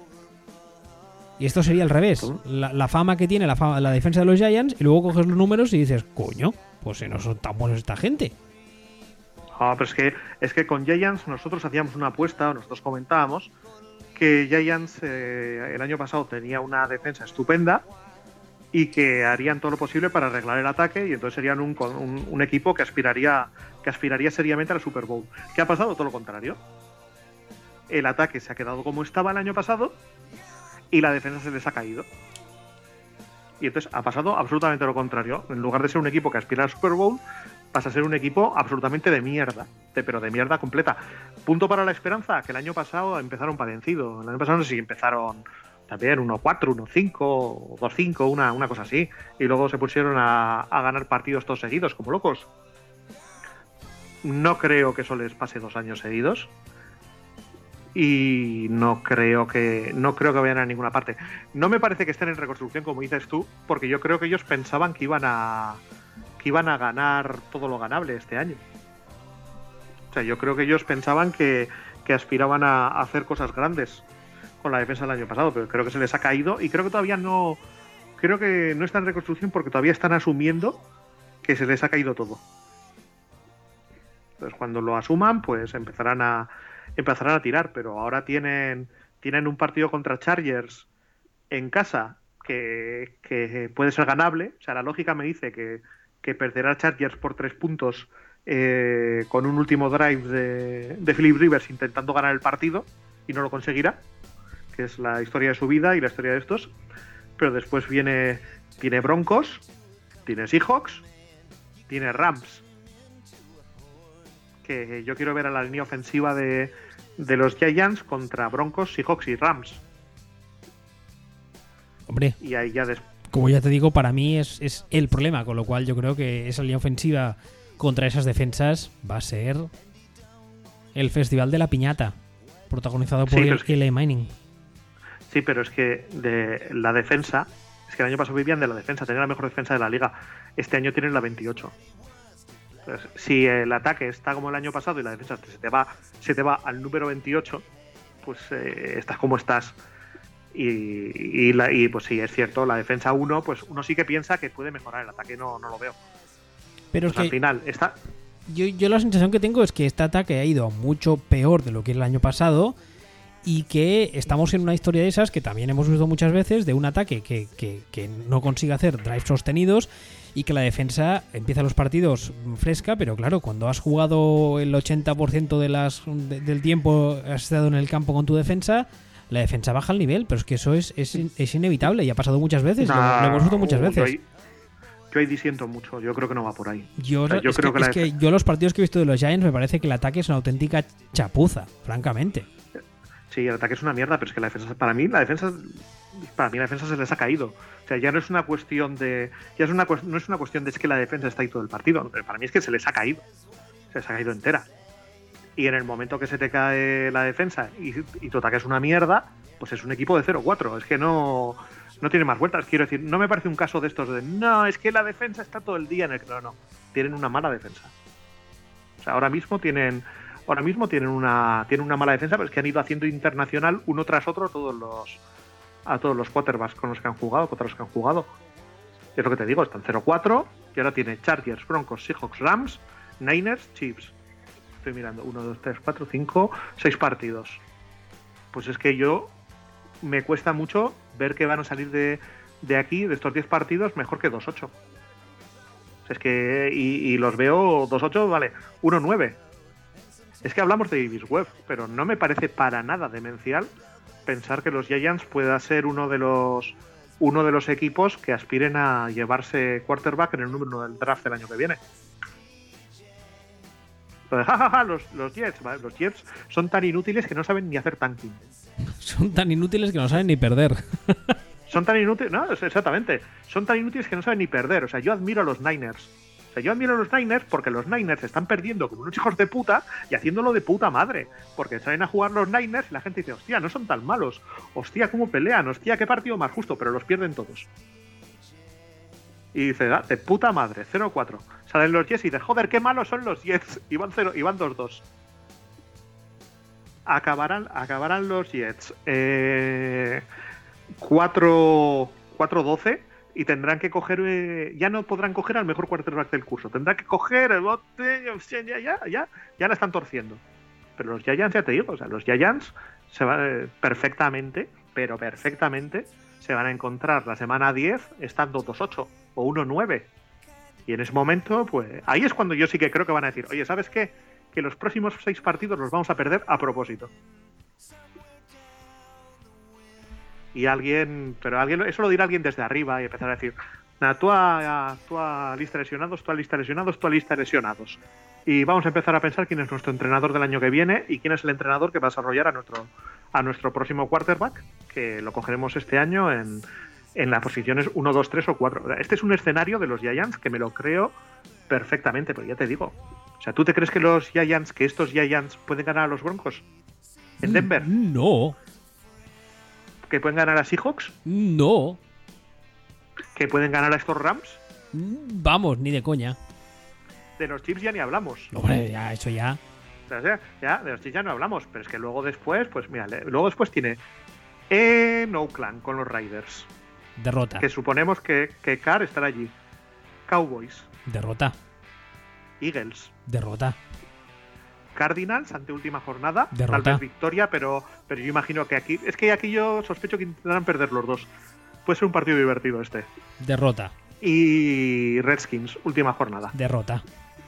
Y esto sería al revés, la fama que tiene la defensa de los Giants, y luego coges los números y dices coño, pues no son tan buenos esta gente. Pero es que con Giants nosotros hacíamos una apuesta, nosotros comentábamos que Giants el año pasado tenía una defensa estupenda y que harían todo lo posible para arreglar el ataque, y entonces serían un equipo que aspiraría seriamente a la Super Bowl. ¿Qué ha pasado? Todo lo contrario. El ataque se ha quedado como estaba el año pasado y la defensa se les ha caído. Y entonces ha pasado absolutamente lo contrario. En lugar de ser un equipo que aspira al Super Bowl, pasa a ser un equipo absolutamente de mierda, pero de mierda completa. Punto para la esperanza, que el año pasado empezaron padecido. El año pasado no sé si empezaron también 1-4, 1-5, 2-5, una cosa así. Y luego se pusieron a ganar partidos todos seguidos, como locos. No creo que eso les pase 2 años seguidos. y no creo que vayan a ninguna parte. No me parece que estén en reconstrucción, como dices tú, porque yo creo que ellos pensaban que iban a ganar todo lo ganable este año. O sea, yo creo que ellos pensaban que aspiraban a hacer cosas grandes con la defensa del año pasado, pero creo que se les ha caído y creo que todavía no están en reconstrucción porque todavía están asumiendo que se les ha caído todo. Entonces, cuando lo asuman, pues empezarán a tirar, pero ahora tienen un partido contra Chargers en casa que puede ser ganable. O sea, la lógica me dice que perderá Chargers por 3 puntos con un último drive de Philip Rivers intentando ganar el partido y no lo conseguirá, que es la historia de su vida y la historia de estos. Pero después viene Broncos, tiene Seahawks, tiene Rams, que yo quiero ver a la línea ofensiva de los Giants contra Broncos, Seahawks y Rams. Hombre, y ahí ya como ya te digo, para mí es el problema, con lo cual yo creo que esa línea ofensiva contra esas defensas va a ser el Festival de la Piñata, protagonizado por Eli Manning. Sí, pero es que de la defensa, es que el año pasado vivían de la defensa, tenían la mejor defensa de la liga. Este año tienen la 28. Entonces, si el ataque está como el año pasado y la defensa se te va al número 28, pues estás como estás. Y pues sí, es cierto, la defensa 1, pues uno sí que piensa que puede mejorar, el ataque no lo veo. Pero pues es que al final está... Yo la sensación que tengo es que este ataque ha ido mucho peor de lo que era el año pasado y que estamos en una historia de esas que también hemos visto muchas veces, de un ataque que no consigue hacer drives sostenidos y que la defensa empieza los partidos fresca, pero claro, cuando has jugado el 80% del tiempo, has estado en el campo con tu defensa, la defensa baja el nivel, pero es que eso es inevitable y ha pasado muchas veces, lo hemos visto muchas veces. Yo ahí disiento mucho, yo creo que no va por ahí. Yo los partidos que he visto de los Giants me parece que el ataque es una auténtica chapuza, francamente. Sí, el ataque es una mierda, pero es que la defensa, para mí la defensa se les ha caído. O sea, ya no es una cuestión de, no es una cuestión de es que la defensa está ahí todo el partido. Para mí es que se les ha caído, se les ha caído entera. Y en el momento que se te cae la defensa y tu ataque es una mierda, pues es un equipo de 0-4. Es que no tiene más vueltas. Quiero decir, no me parece un caso de estos de no, es que la defensa está todo el día en el... No, tienen una mala defensa. O sea, ahora mismo tienen una mala defensa, pero es que han ido haciendo internacional uno tras otro a todos los quarterbacks con los que han jugado, contra los que han jugado. Es lo que te digo, están 0-4 y ahora tiene Chargers, Broncos, Seahawks, Rams, Niners, Chiefs. Estoy mirando, 1, 2, 3, 4, 5, 6 partidos. Pues es que me cuesta mucho ver que van a salir de aquí, de estos 10 partidos, mejor que 2-8. O sea, es que, y los veo 2-8, vale, 1-9. Es que hablamos de Davis Webb, pero no me parece para nada demencial pensar que los Giants pueda ser uno de los equipos que aspiren a llevarse quarterback en el número 1 del draft del año que viene. Los Jets, ¿vale? Los Jets son tan inútiles que no saben ni hacer tanking. Son tan inútiles que no saben ni perder. Son tan inútiles, no, exactamente. Son tan inútiles que no saben ni perder. O sea, yo admiro a los Niners. Porque los Niners están perdiendo como unos hijos de puta y haciéndolo de puta madre. Porque salen a jugar los Niners y la gente dice, hostia, no son tan malos. Hostia, cómo pelean. Hostia, qué partido más justo. Pero los pierden todos. Y dice, de puta madre, 0-4. Salen los Jets y de joder, qué malos son los Jets. Y van 2-2. Acabarán los Jets 4-12 y tendrán que coger, ya no podrán coger al mejor quarterback del curso. Tendrán que coger el bote, ya la están torciendo. Pero los Giants, ya te digo, o sea, los Giants se van perfectamente se van a encontrar la semana 10 estando 2-8 o 1-9. Y en ese momento, pues ahí es cuando yo sí que creo que van a decir, oye, ¿sabes qué? Que los próximos 6 partidos los vamos a perder a propósito. Y eso lo dirá alguien desde arriba y empezará a decir, nada, tú a lista lesionados, tú a lista lesionados, tú a lista lesionados. Y vamos a empezar a pensar quién es nuestro entrenador del año que viene y quién es el entrenador que va a desarrollar a nuestro próximo quarterback, que lo cogeremos este año en las posiciones 1, 2, 3 o 4. Este es un escenario de los Giants que me lo creo perfectamente, pero ya te digo. O sea, ¿tú te crees que estos Giants pueden ganar a los Broncos? ¿En Denver? No. ¿Que pueden ganar a Seahawks? No. ¿Que pueden ganar a estos Rams? Vamos, ni de coña. De los Chiefs ya ni hablamos. Hombre, ya, eso ya. O sea, ya, de los Chiefs ya no hablamos, pero es que luego después, pues mira, luego después tiene en Oakland con los Raiders. Derrota. Que suponemos que Carr estará allí. Cowboys. Derrota. Eagles. Derrota. Cardinals, anteúltima jornada. Derrota. Tal vez victoria, pero yo imagino que aquí... Es que aquí yo sospecho que intentarán perder los dos. Puede ser un partido divertido este. Derrota. Y Redskins, última jornada. Derrota.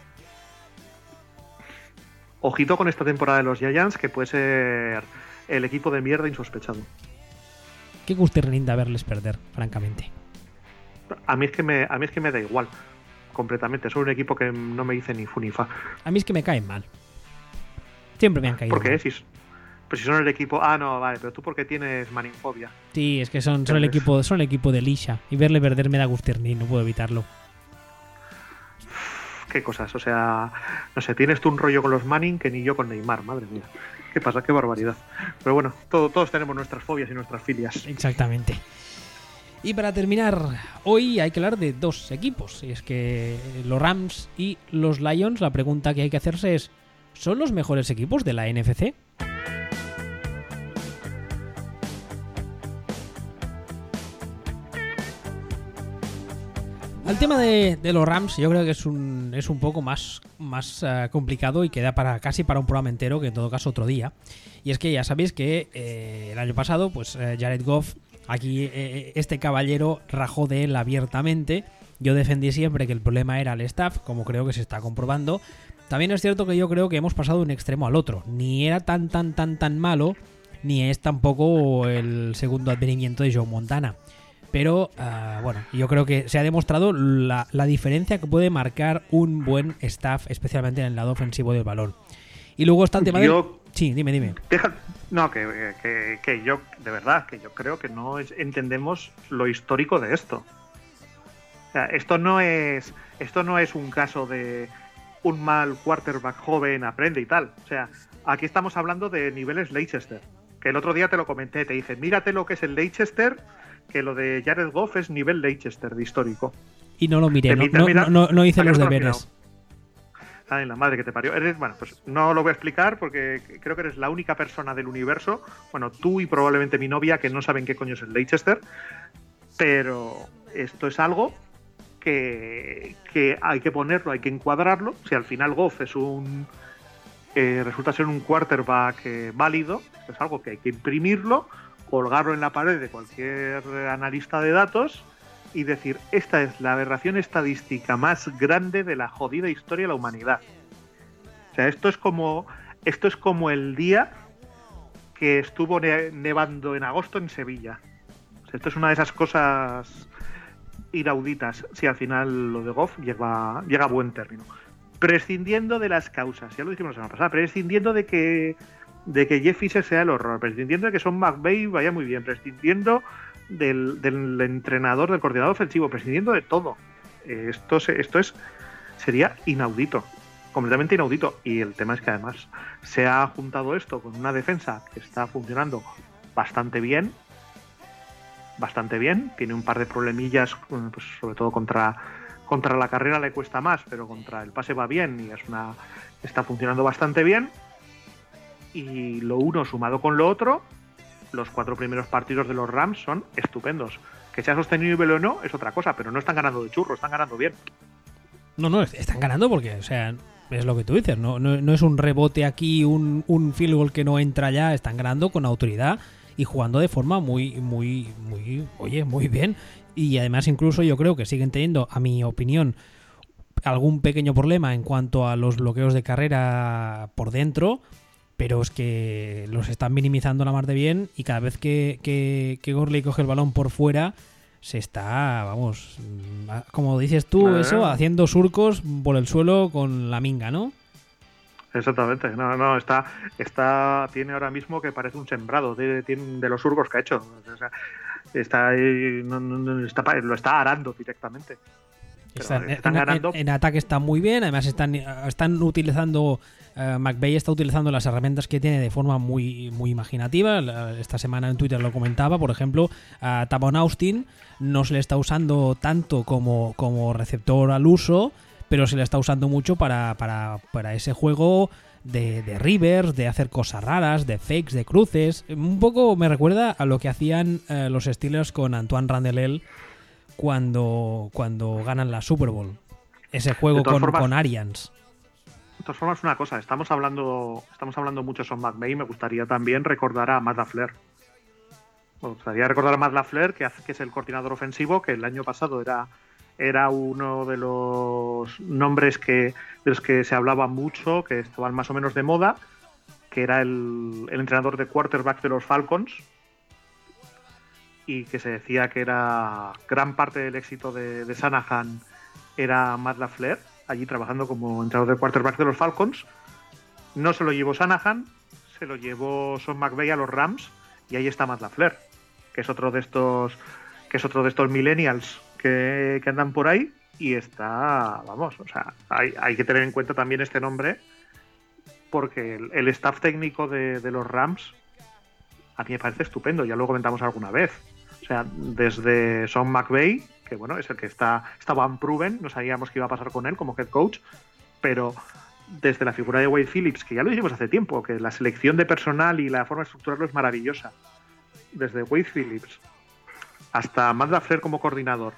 Ojito con esta temporada de los Giants, que puede ser el equipo de mierda insospechado. Qué gusto rinda verles perder, francamente. A mí es que me da igual, completamente. Soy un equipo que no me dice ni fu ni fa. A mí es que me caen mal. Siempre me han caído ¿Por qué? mal. Pues si son el equipo... Ah, no, vale, pero tú porque tienes manifobia. Sí, es que son el equipo de Lisha. Y verle perder me da gustirni, no puedo evitarlo. Qué cosas, o sea... No sé, tienes tú un rollo con los Manning que ni yo con Neymar, madre mía. ¿Qué pasa? Qué barbaridad. Pero bueno, todos tenemos nuestras fobias y nuestras filias. Exactamente. Y para terminar, hoy hay que hablar de dos equipos. Y es que los Rams y los Lions, la pregunta que hay que hacerse es: ¿son los mejores equipos de la NFC? El tema de los Rams yo creo que es un poco más complicado y queda casi para un programa entero, que en todo caso otro día. Y es que ya sabéis que el año pasado pues Jared Goff, aquí este caballero rajó de él abiertamente. Yo defendí siempre que el problema era el staff, como creo que se está comprobando. También es cierto que yo creo que hemos pasado de un extremo al otro. Ni era tan malo, ni es tampoco el segundo advenimiento de Joe Montana. Pero, bueno, yo creo que se ha demostrado la diferencia que puede marcar un buen staff, especialmente en el lado ofensivo del balón. Y luego está el tema Sí, dime. No, que yo, de verdad, que yo creo que no entendemos lo histórico de esto. O sea, esto no es un caso de un mal quarterback joven aprende y tal. O sea, aquí estamos hablando de niveles Leicester. Que el otro día te lo comenté, te dije, mírate lo que es el Leicester, que lo de Jared Goff es nivel Leicester de histórico. Y no lo miré, no hice los deberes. Ay, la madre que te parió. Bueno, pues no lo voy a explicar porque creo que eres la única persona del universo, bueno, tú y probablemente mi novia, que no saben qué coño es el Leicester, pero esto es algo que hay que ponerlo, hay que encuadrarlo. Si al final Goff es resulta ser un quarterback válido, esto es algo que hay que imprimirlo, colgarlo en la pared de cualquier analista de datos y decir, esta es la aberración estadística más grande de la jodida historia de la humanidad. O sea, esto es como el día que estuvo nevando en agosto en Sevilla. O sea, esto es una de esas cosas inauditas, si al final lo de Goff llega a buen término. Prescindiendo de las causas, ya lo dijimos la semana pasada, prescindiendo de que Jeff Fisher sea el horror, prescindiendo de que Sean McVay vaya muy bien, prescindiendo del entrenador, del coordinador ofensivo, prescindiendo de todo. Esto sería inaudito, completamente inaudito. Y el tema es que además se ha juntado esto con una defensa que está funcionando bastante bien, tiene un par de problemillas, pues sobre todo contra la carrera le cuesta más, pero contra el pase va bien y está funcionando bastante bien. Y lo uno sumado con lo otro, los 4 primeros partidos de los Rams son estupendos. Que sea sostenible o no es otra cosa, pero no están ganando de churro, están ganando bien. No, están ganando porque, o sea, es lo que tú dices, no es un rebote aquí, un field goal que no entra ya, están ganando con autoridad y jugando de forma muy bien. Y además incluso yo creo que siguen teniendo, a mi opinión, algún pequeño problema en cuanto a los bloqueos de carrera por dentro, pero es que los están minimizando la mar de bien y cada vez que Gurley coge el balón por fuera se está, vamos, como dices tú, eso, haciendo surcos por el suelo con la minga, ¿no? Exactamente, tiene ahora mismo que parece un sembrado de los surcos que ha hecho. O sea, está ahí, lo está arando directamente. Están ganando. En ataque están muy bien, además están utilizando. McVay está utilizando las herramientas que tiene de forma muy, muy imaginativa. Esta semana en Twitter lo comentaba, por ejemplo, a Tavon Austin no se le está usando tanto como receptor al uso, pero se le está usando mucho para ese juego de rivers, de hacer cosas raras, de fakes, de cruces. Un poco me recuerda a lo que hacían los Steelers con Antoine Randall cuando ganan la Super Bowl. Ese juego con Arians. De todas formas, una cosa, estamos hablando mucho de Sean McVay, me gustaría también recordar a Matt LaFleur. Me gustaría recordar a Matt LaFleur, que es el coordinador ofensivo, que el año pasado era uno de los nombres de los que se hablaba mucho, que estaban más o menos de moda, que era el entrenador de quarterback de los Falcons, y que se decía que era gran parte del éxito de Shanahan era Matt LaFleur, allí trabajando como entrenador de quarterback de los Falcons. No se lo llevó Shanahan, se lo llevó Sean McVay a los Rams, y ahí está Matt LaFleur, que es otro de estos millennials que andan por ahí, y está, vamos, o sea, hay que tener en cuenta también este nombre, porque el staff técnico de los Rams a mí me parece estupendo, ya lo comentamos alguna vez. O sea, desde Sean McVay, que bueno, es el que estaba unproven, no sabíamos qué iba a pasar con él como head coach, pero desde la figura de Wade Phillips, que ya lo dijimos hace tiempo, que la selección de personal y la forma de estructurarlo es maravillosa. Desde Wade Phillips hasta Matt LaFleur como coordinador,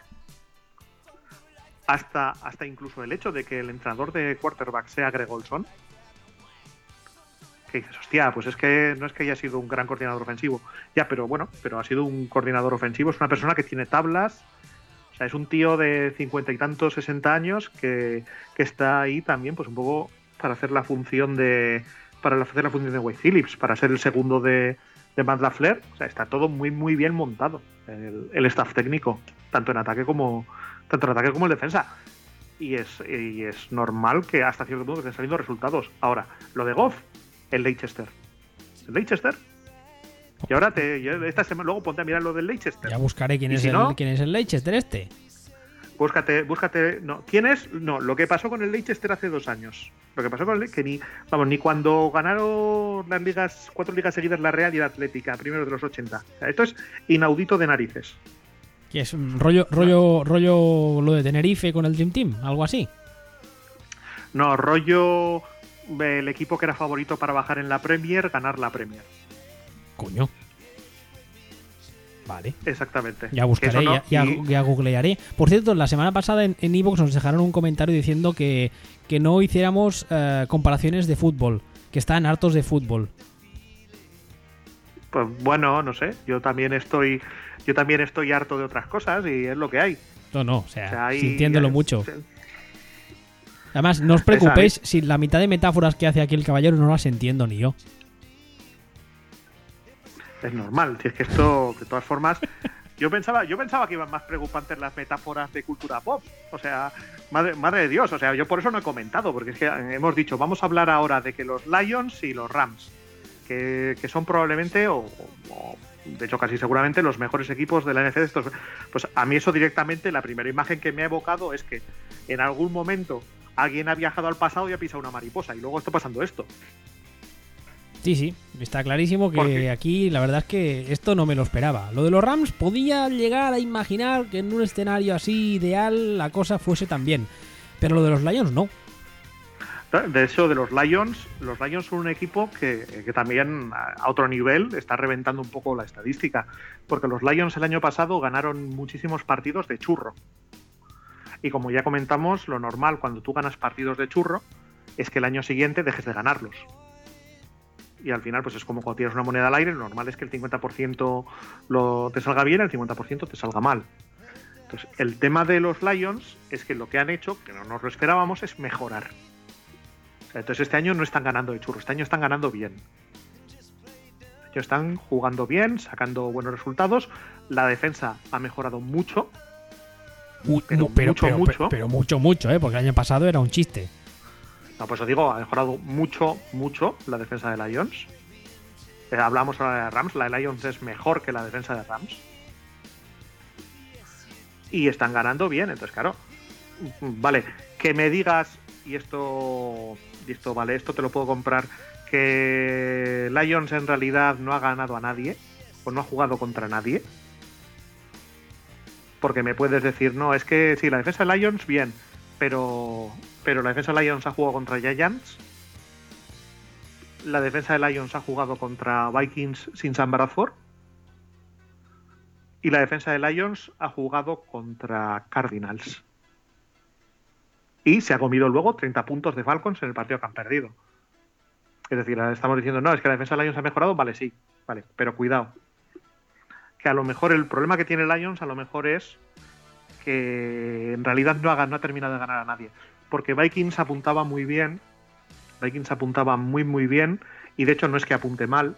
hasta incluso el hecho de que el entrenador de quarterback sea Greg Olson, que dices, hostia, pues es que no es que haya sido un gran coordinador ofensivo, ya, pero bueno, pero ha sido un coordinador ofensivo, es una persona que tiene tablas, o sea, es un tío de 50 y tantos, 60 años que está ahí también, pues un poco para hacer la función de Wade Phillips, para ser el segundo de Matt LaFleur. O sea, está todo muy, muy bien montado, el staff técnico, tanto en ataque como en defensa. Y es normal que hasta cierto punto estén saliendo resultados. Ahora, lo de Goff, el Leicester. Y ahora esta semana luego ponte a mirar lo del Leicester. Ya buscaré quién es el Leicester este. Búscate. No, ¿quién es? No, lo que pasó con el Leicester hace 2 años. Lo que pasó con el que ni cuando ganaron las 4 ligas seguidas la Real y la Atlética, primero de los 80. O sea, esto es inaudito de narices. ¿Qué es? ¿Rollo lo de Tenerife con el Dream Team? ¿Algo así? No, rollo el equipo que era favorito para bajar en la Premier, ganar la Premier. Coño. Vale. Exactamente. Ya buscaré, ya googlearé. Por cierto, la semana pasada en iVoox nos dejaron un comentario diciendo que no hiciéramos comparaciones de fútbol, que están hartos de fútbol. Pues bueno, no sé. Yo también estoy harto de otras cosas y es lo que hay. No, o sea sintiéndolo mucho. Además, no os preocupéis si la mitad de metáforas que hace aquí el caballero no las entiendo ni yo. Es normal, si es que esto, de todas formas, yo pensaba que iban más preocupantes las metáforas de cultura pop. O sea, madre de Dios, o sea, yo por eso no he comentado, porque es que hemos dicho, vamos a hablar ahora de que los Lions y los Rams, que son probablemente, o de hecho casi seguramente, los mejores equipos de la NFL. Pues a mí eso directamente, la primera imagen que me ha evocado es que en algún momento alguien ha viajado al pasado y ha pisado una mariposa, y luego está pasando esto. Sí, está clarísimo que aquí la verdad es que esto no me lo esperaba. Lo de los Rams podía llegar a imaginar que en un escenario así ideal la cosa fuese tan bien, pero lo de los Lions no. De hecho, de los Lions son un equipo que también a otro nivel está reventando un poco la estadística, porque los Lions el año pasado ganaron muchísimos partidos de churro. Y como ya comentamos, lo normal cuando tú ganas partidos de churro es que el año siguiente dejes de ganarlos. Y al final, pues es como cuando tienes una moneda al aire, lo normal es que el 50% te salga bien, el 50% te salga mal. Entonces, el tema de los Lions es que lo que han hecho, que no nos lo esperábamos, es mejorar. O sea, entonces este año no están ganando de churro, este año están ganando bien. Este año están jugando bien, sacando buenos resultados. La defensa ha mejorado mucho. Pero mucho, porque el año pasado era un chiste. No, pues os digo, ha mejorado mucho la defensa de Lions. Hablamos ahora de Rams, la de Lions es mejor que la defensa de Rams. Y están ganando bien, entonces claro, Vale, que me digas, y esto vale, esto te lo puedo comprar, que Lions en realidad no ha ganado a nadie, o no ha jugado contra nadie. Porque me puedes decir, no, es que sí, la defensa de Lions, bien, pero la defensa de Lions ha jugado contra Giants, la defensa de Lions ha jugado contra Vikings sin Sam Bradford, y la defensa de Lions ha jugado contra Cardinals. Y se ha comido luego 30 puntos de Falcons en el partido que han perdido. Es decir, estamos diciendo, no, es que la defensa de Lions ha mejorado, vale, sí, vale, pero cuidado. Que a lo mejor el problema que tiene Lions a lo mejor es que en realidad no ha terminado de ganar a nadie. Porque Vikings apuntaba muy bien, muy bien, y de hecho no es que apunte mal,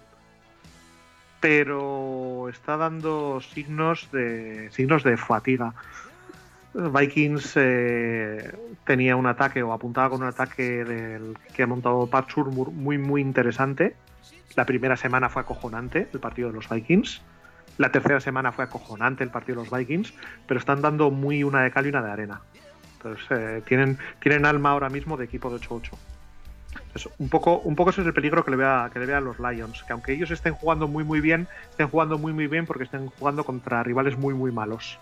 pero está dando signos de fatiga. Vikings tenía un ataque, o apuntaba con un ataque del que ha montado Pat Shurmur muy interesante. La primera semana fue acojonante el partido de los Vikings. La tercera semana fue acojonante el partido de los Vikings, pero están dando muy una de cal y una de arena. Entonces tienen alma ahora mismo de equipo de 8-8. Entonces, un poco ese es el peligro que le vea a los Lions, que aunque ellos estén jugando muy bien, estén jugando muy bien porque estén jugando contra rivales muy malos.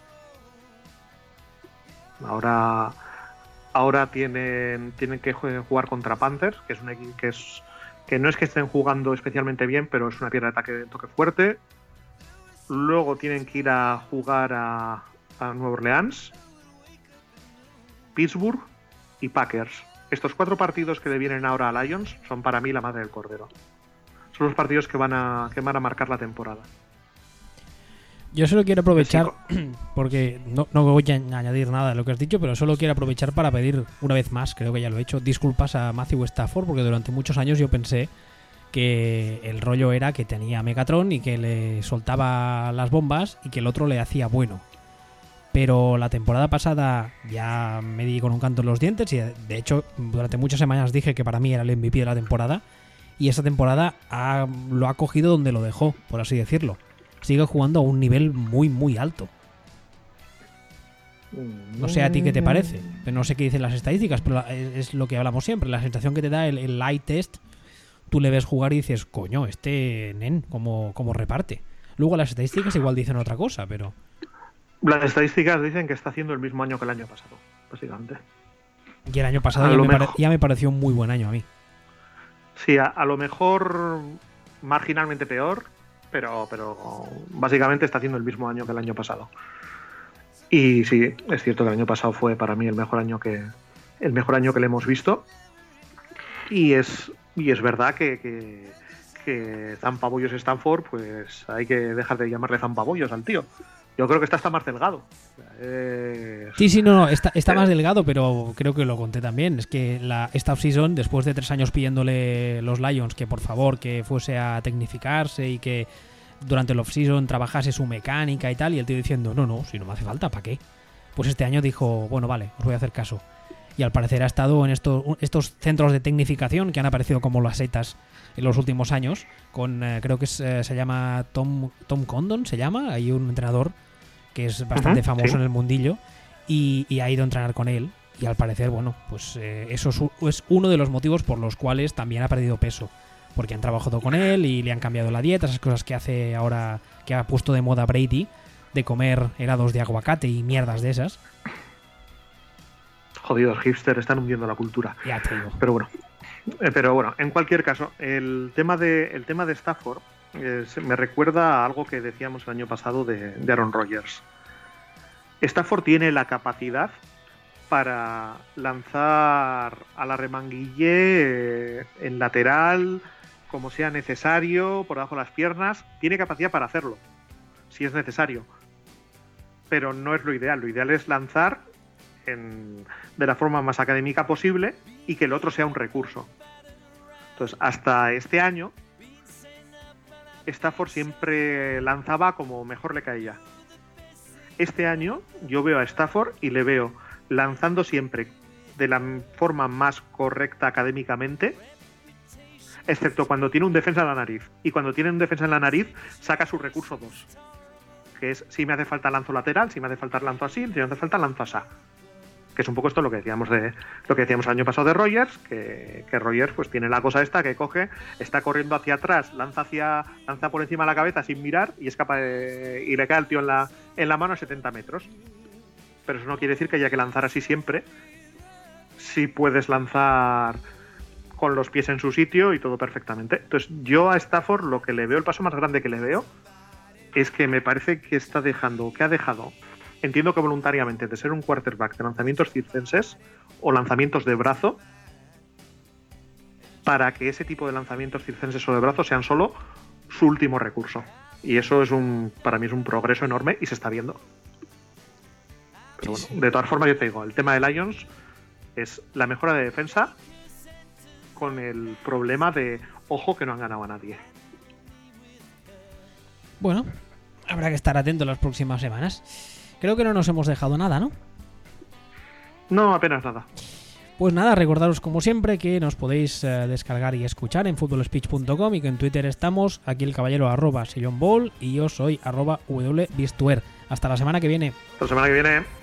Ahora tienen que jugar contra Panthers, que es un equipo que no es que estén jugando especialmente bien, pero es una piedra de ataque de toque fuerte. Luego tienen que ir a jugar a Nueva Orleans, Pittsburgh y Packers. Estos 4 partidos que le vienen ahora a Lions son para mí la madre del cordero. Son los partidos que van a marcar la temporada. Yo solo quiero aprovechar, porque no voy a añadir nada de lo que has dicho, pero solo quiero aprovechar para pedir una vez más, creo que ya lo he hecho, disculpas a Matthew Stafford, porque durante muchos años yo pensé que el rollo era que tenía Megatron y que le soltaba las bombas y que el otro le hacía bueno. Pero la temporada pasada ya me di con un canto en los dientes y de hecho durante muchas semanas dije que para mí era el MVP de la temporada, y esa temporada lo ha cogido donde lo dejó, por así decirlo. Sigue jugando a un nivel muy alto. No sé a ti qué te parece, no sé qué dicen las estadísticas, pero es lo que hablamos siempre, la sensación que te da el light test. Tú le ves jugar y dices, coño, este nen, ¿cómo reparte? Luego las estadísticas igual dicen otra cosa, pero... Las estadísticas dicen que está haciendo el mismo año que el año pasado, básicamente. Y el año pasado ya me pareció un muy buen año a mí. Sí, a lo mejor marginalmente peor, pero básicamente está haciendo el mismo año que el año pasado. Y sí, es cierto que el año pasado fue para mí el mejor año que le hemos visto. Y es verdad que Zampabollos Stanford, pues hay que dejar de llamarle Zampabollos al tío. Yo creo que está hasta más delgado. Sí, no, está más delgado, pero creo que lo conté también. Es que esta offseason, después de 3 años pidiéndole los Lions que por favor que fuese a tecnificarse y que durante el offseason trabajase su mecánica y tal, y el tío diciendo, no, si no me hace falta, ¿para qué? Pues este año dijo, bueno, vale, os voy a hacer caso. Y al parecer ha estado en estos centros de tecnificación que han aparecido como las setas en los últimos años, con creo que se llama Tom Condon, se llama, hay un entrenador que es bastante famoso en el mundillo, y ha ido a entrenar con él, y al parecer, bueno, pues eso es uno de los motivos por los cuales también ha perdido peso, porque han trabajado con él y le han cambiado la dieta, esas cosas que hace ahora, que ha puesto de moda Brady, de comer helados de aguacate y mierdas de esas. Jodidos hipsters, están hundiendo la cultura. Ya te digo. Pero bueno, en cualquier caso, el tema de Stafford me recuerda a algo que decíamos el año pasado de Aaron Rodgers. Stafford tiene la capacidad para lanzar a la remanguille en lateral, como sea necesario, por debajo de las piernas. Tiene capacidad para hacerlo, si es necesario. Pero no es lo ideal. Lo ideal es lanzar de la forma más académica posible y que el otro sea un recurso. Entonces, hasta este año, Stafford siempre lanzaba como mejor le caía. Este año yo veo a Stafford y le veo lanzando siempre de la forma más correcta académicamente, excepto cuando tiene un defensa en la nariz. Y cuando tiene un defensa en la nariz, saca su recurso 2, que es si me hace falta lanzo lateral, si me hace falta lanzo así, si me hace falta lanzo así. Que es un poco esto lo que decíamos el año pasado de Rogers, que Rogers pues tiene la cosa esta que coge, está corriendo hacia atrás, lanza por encima de la cabeza sin mirar y es capaz y le cae al tío en la mano a 70 metros. Pero eso no quiere decir que haya que lanzar así siempre. Si puedes lanzar con los pies en su sitio y todo perfectamente. Entonces yo a Stafford lo que le veo, el paso más grande que le veo, es que me parece que ha dejado, entiendo que voluntariamente, de ser un quarterback de lanzamientos circenses o lanzamientos de brazo, para que ese tipo de lanzamientos circenses o de brazo sean solo su último recurso. Y eso para mí es un progreso enorme y se está viendo. Pero bueno, de todas formas yo te digo, el tema de Lions es la mejora de defensa con el problema de, ojo, que no han ganado a nadie. Bueno, habrá que estar atento las próximas semanas. Creo que no nos hemos dejado nada, ¿no? No, apenas nada. Pues nada, recordaros como siempre que nos podéis descargar y escuchar en futbolspeech.com y que en Twitter estamos, aquí el caballero @sillonball y yo soy @wbistuer. Hasta la semana que viene. Hasta la semana que viene.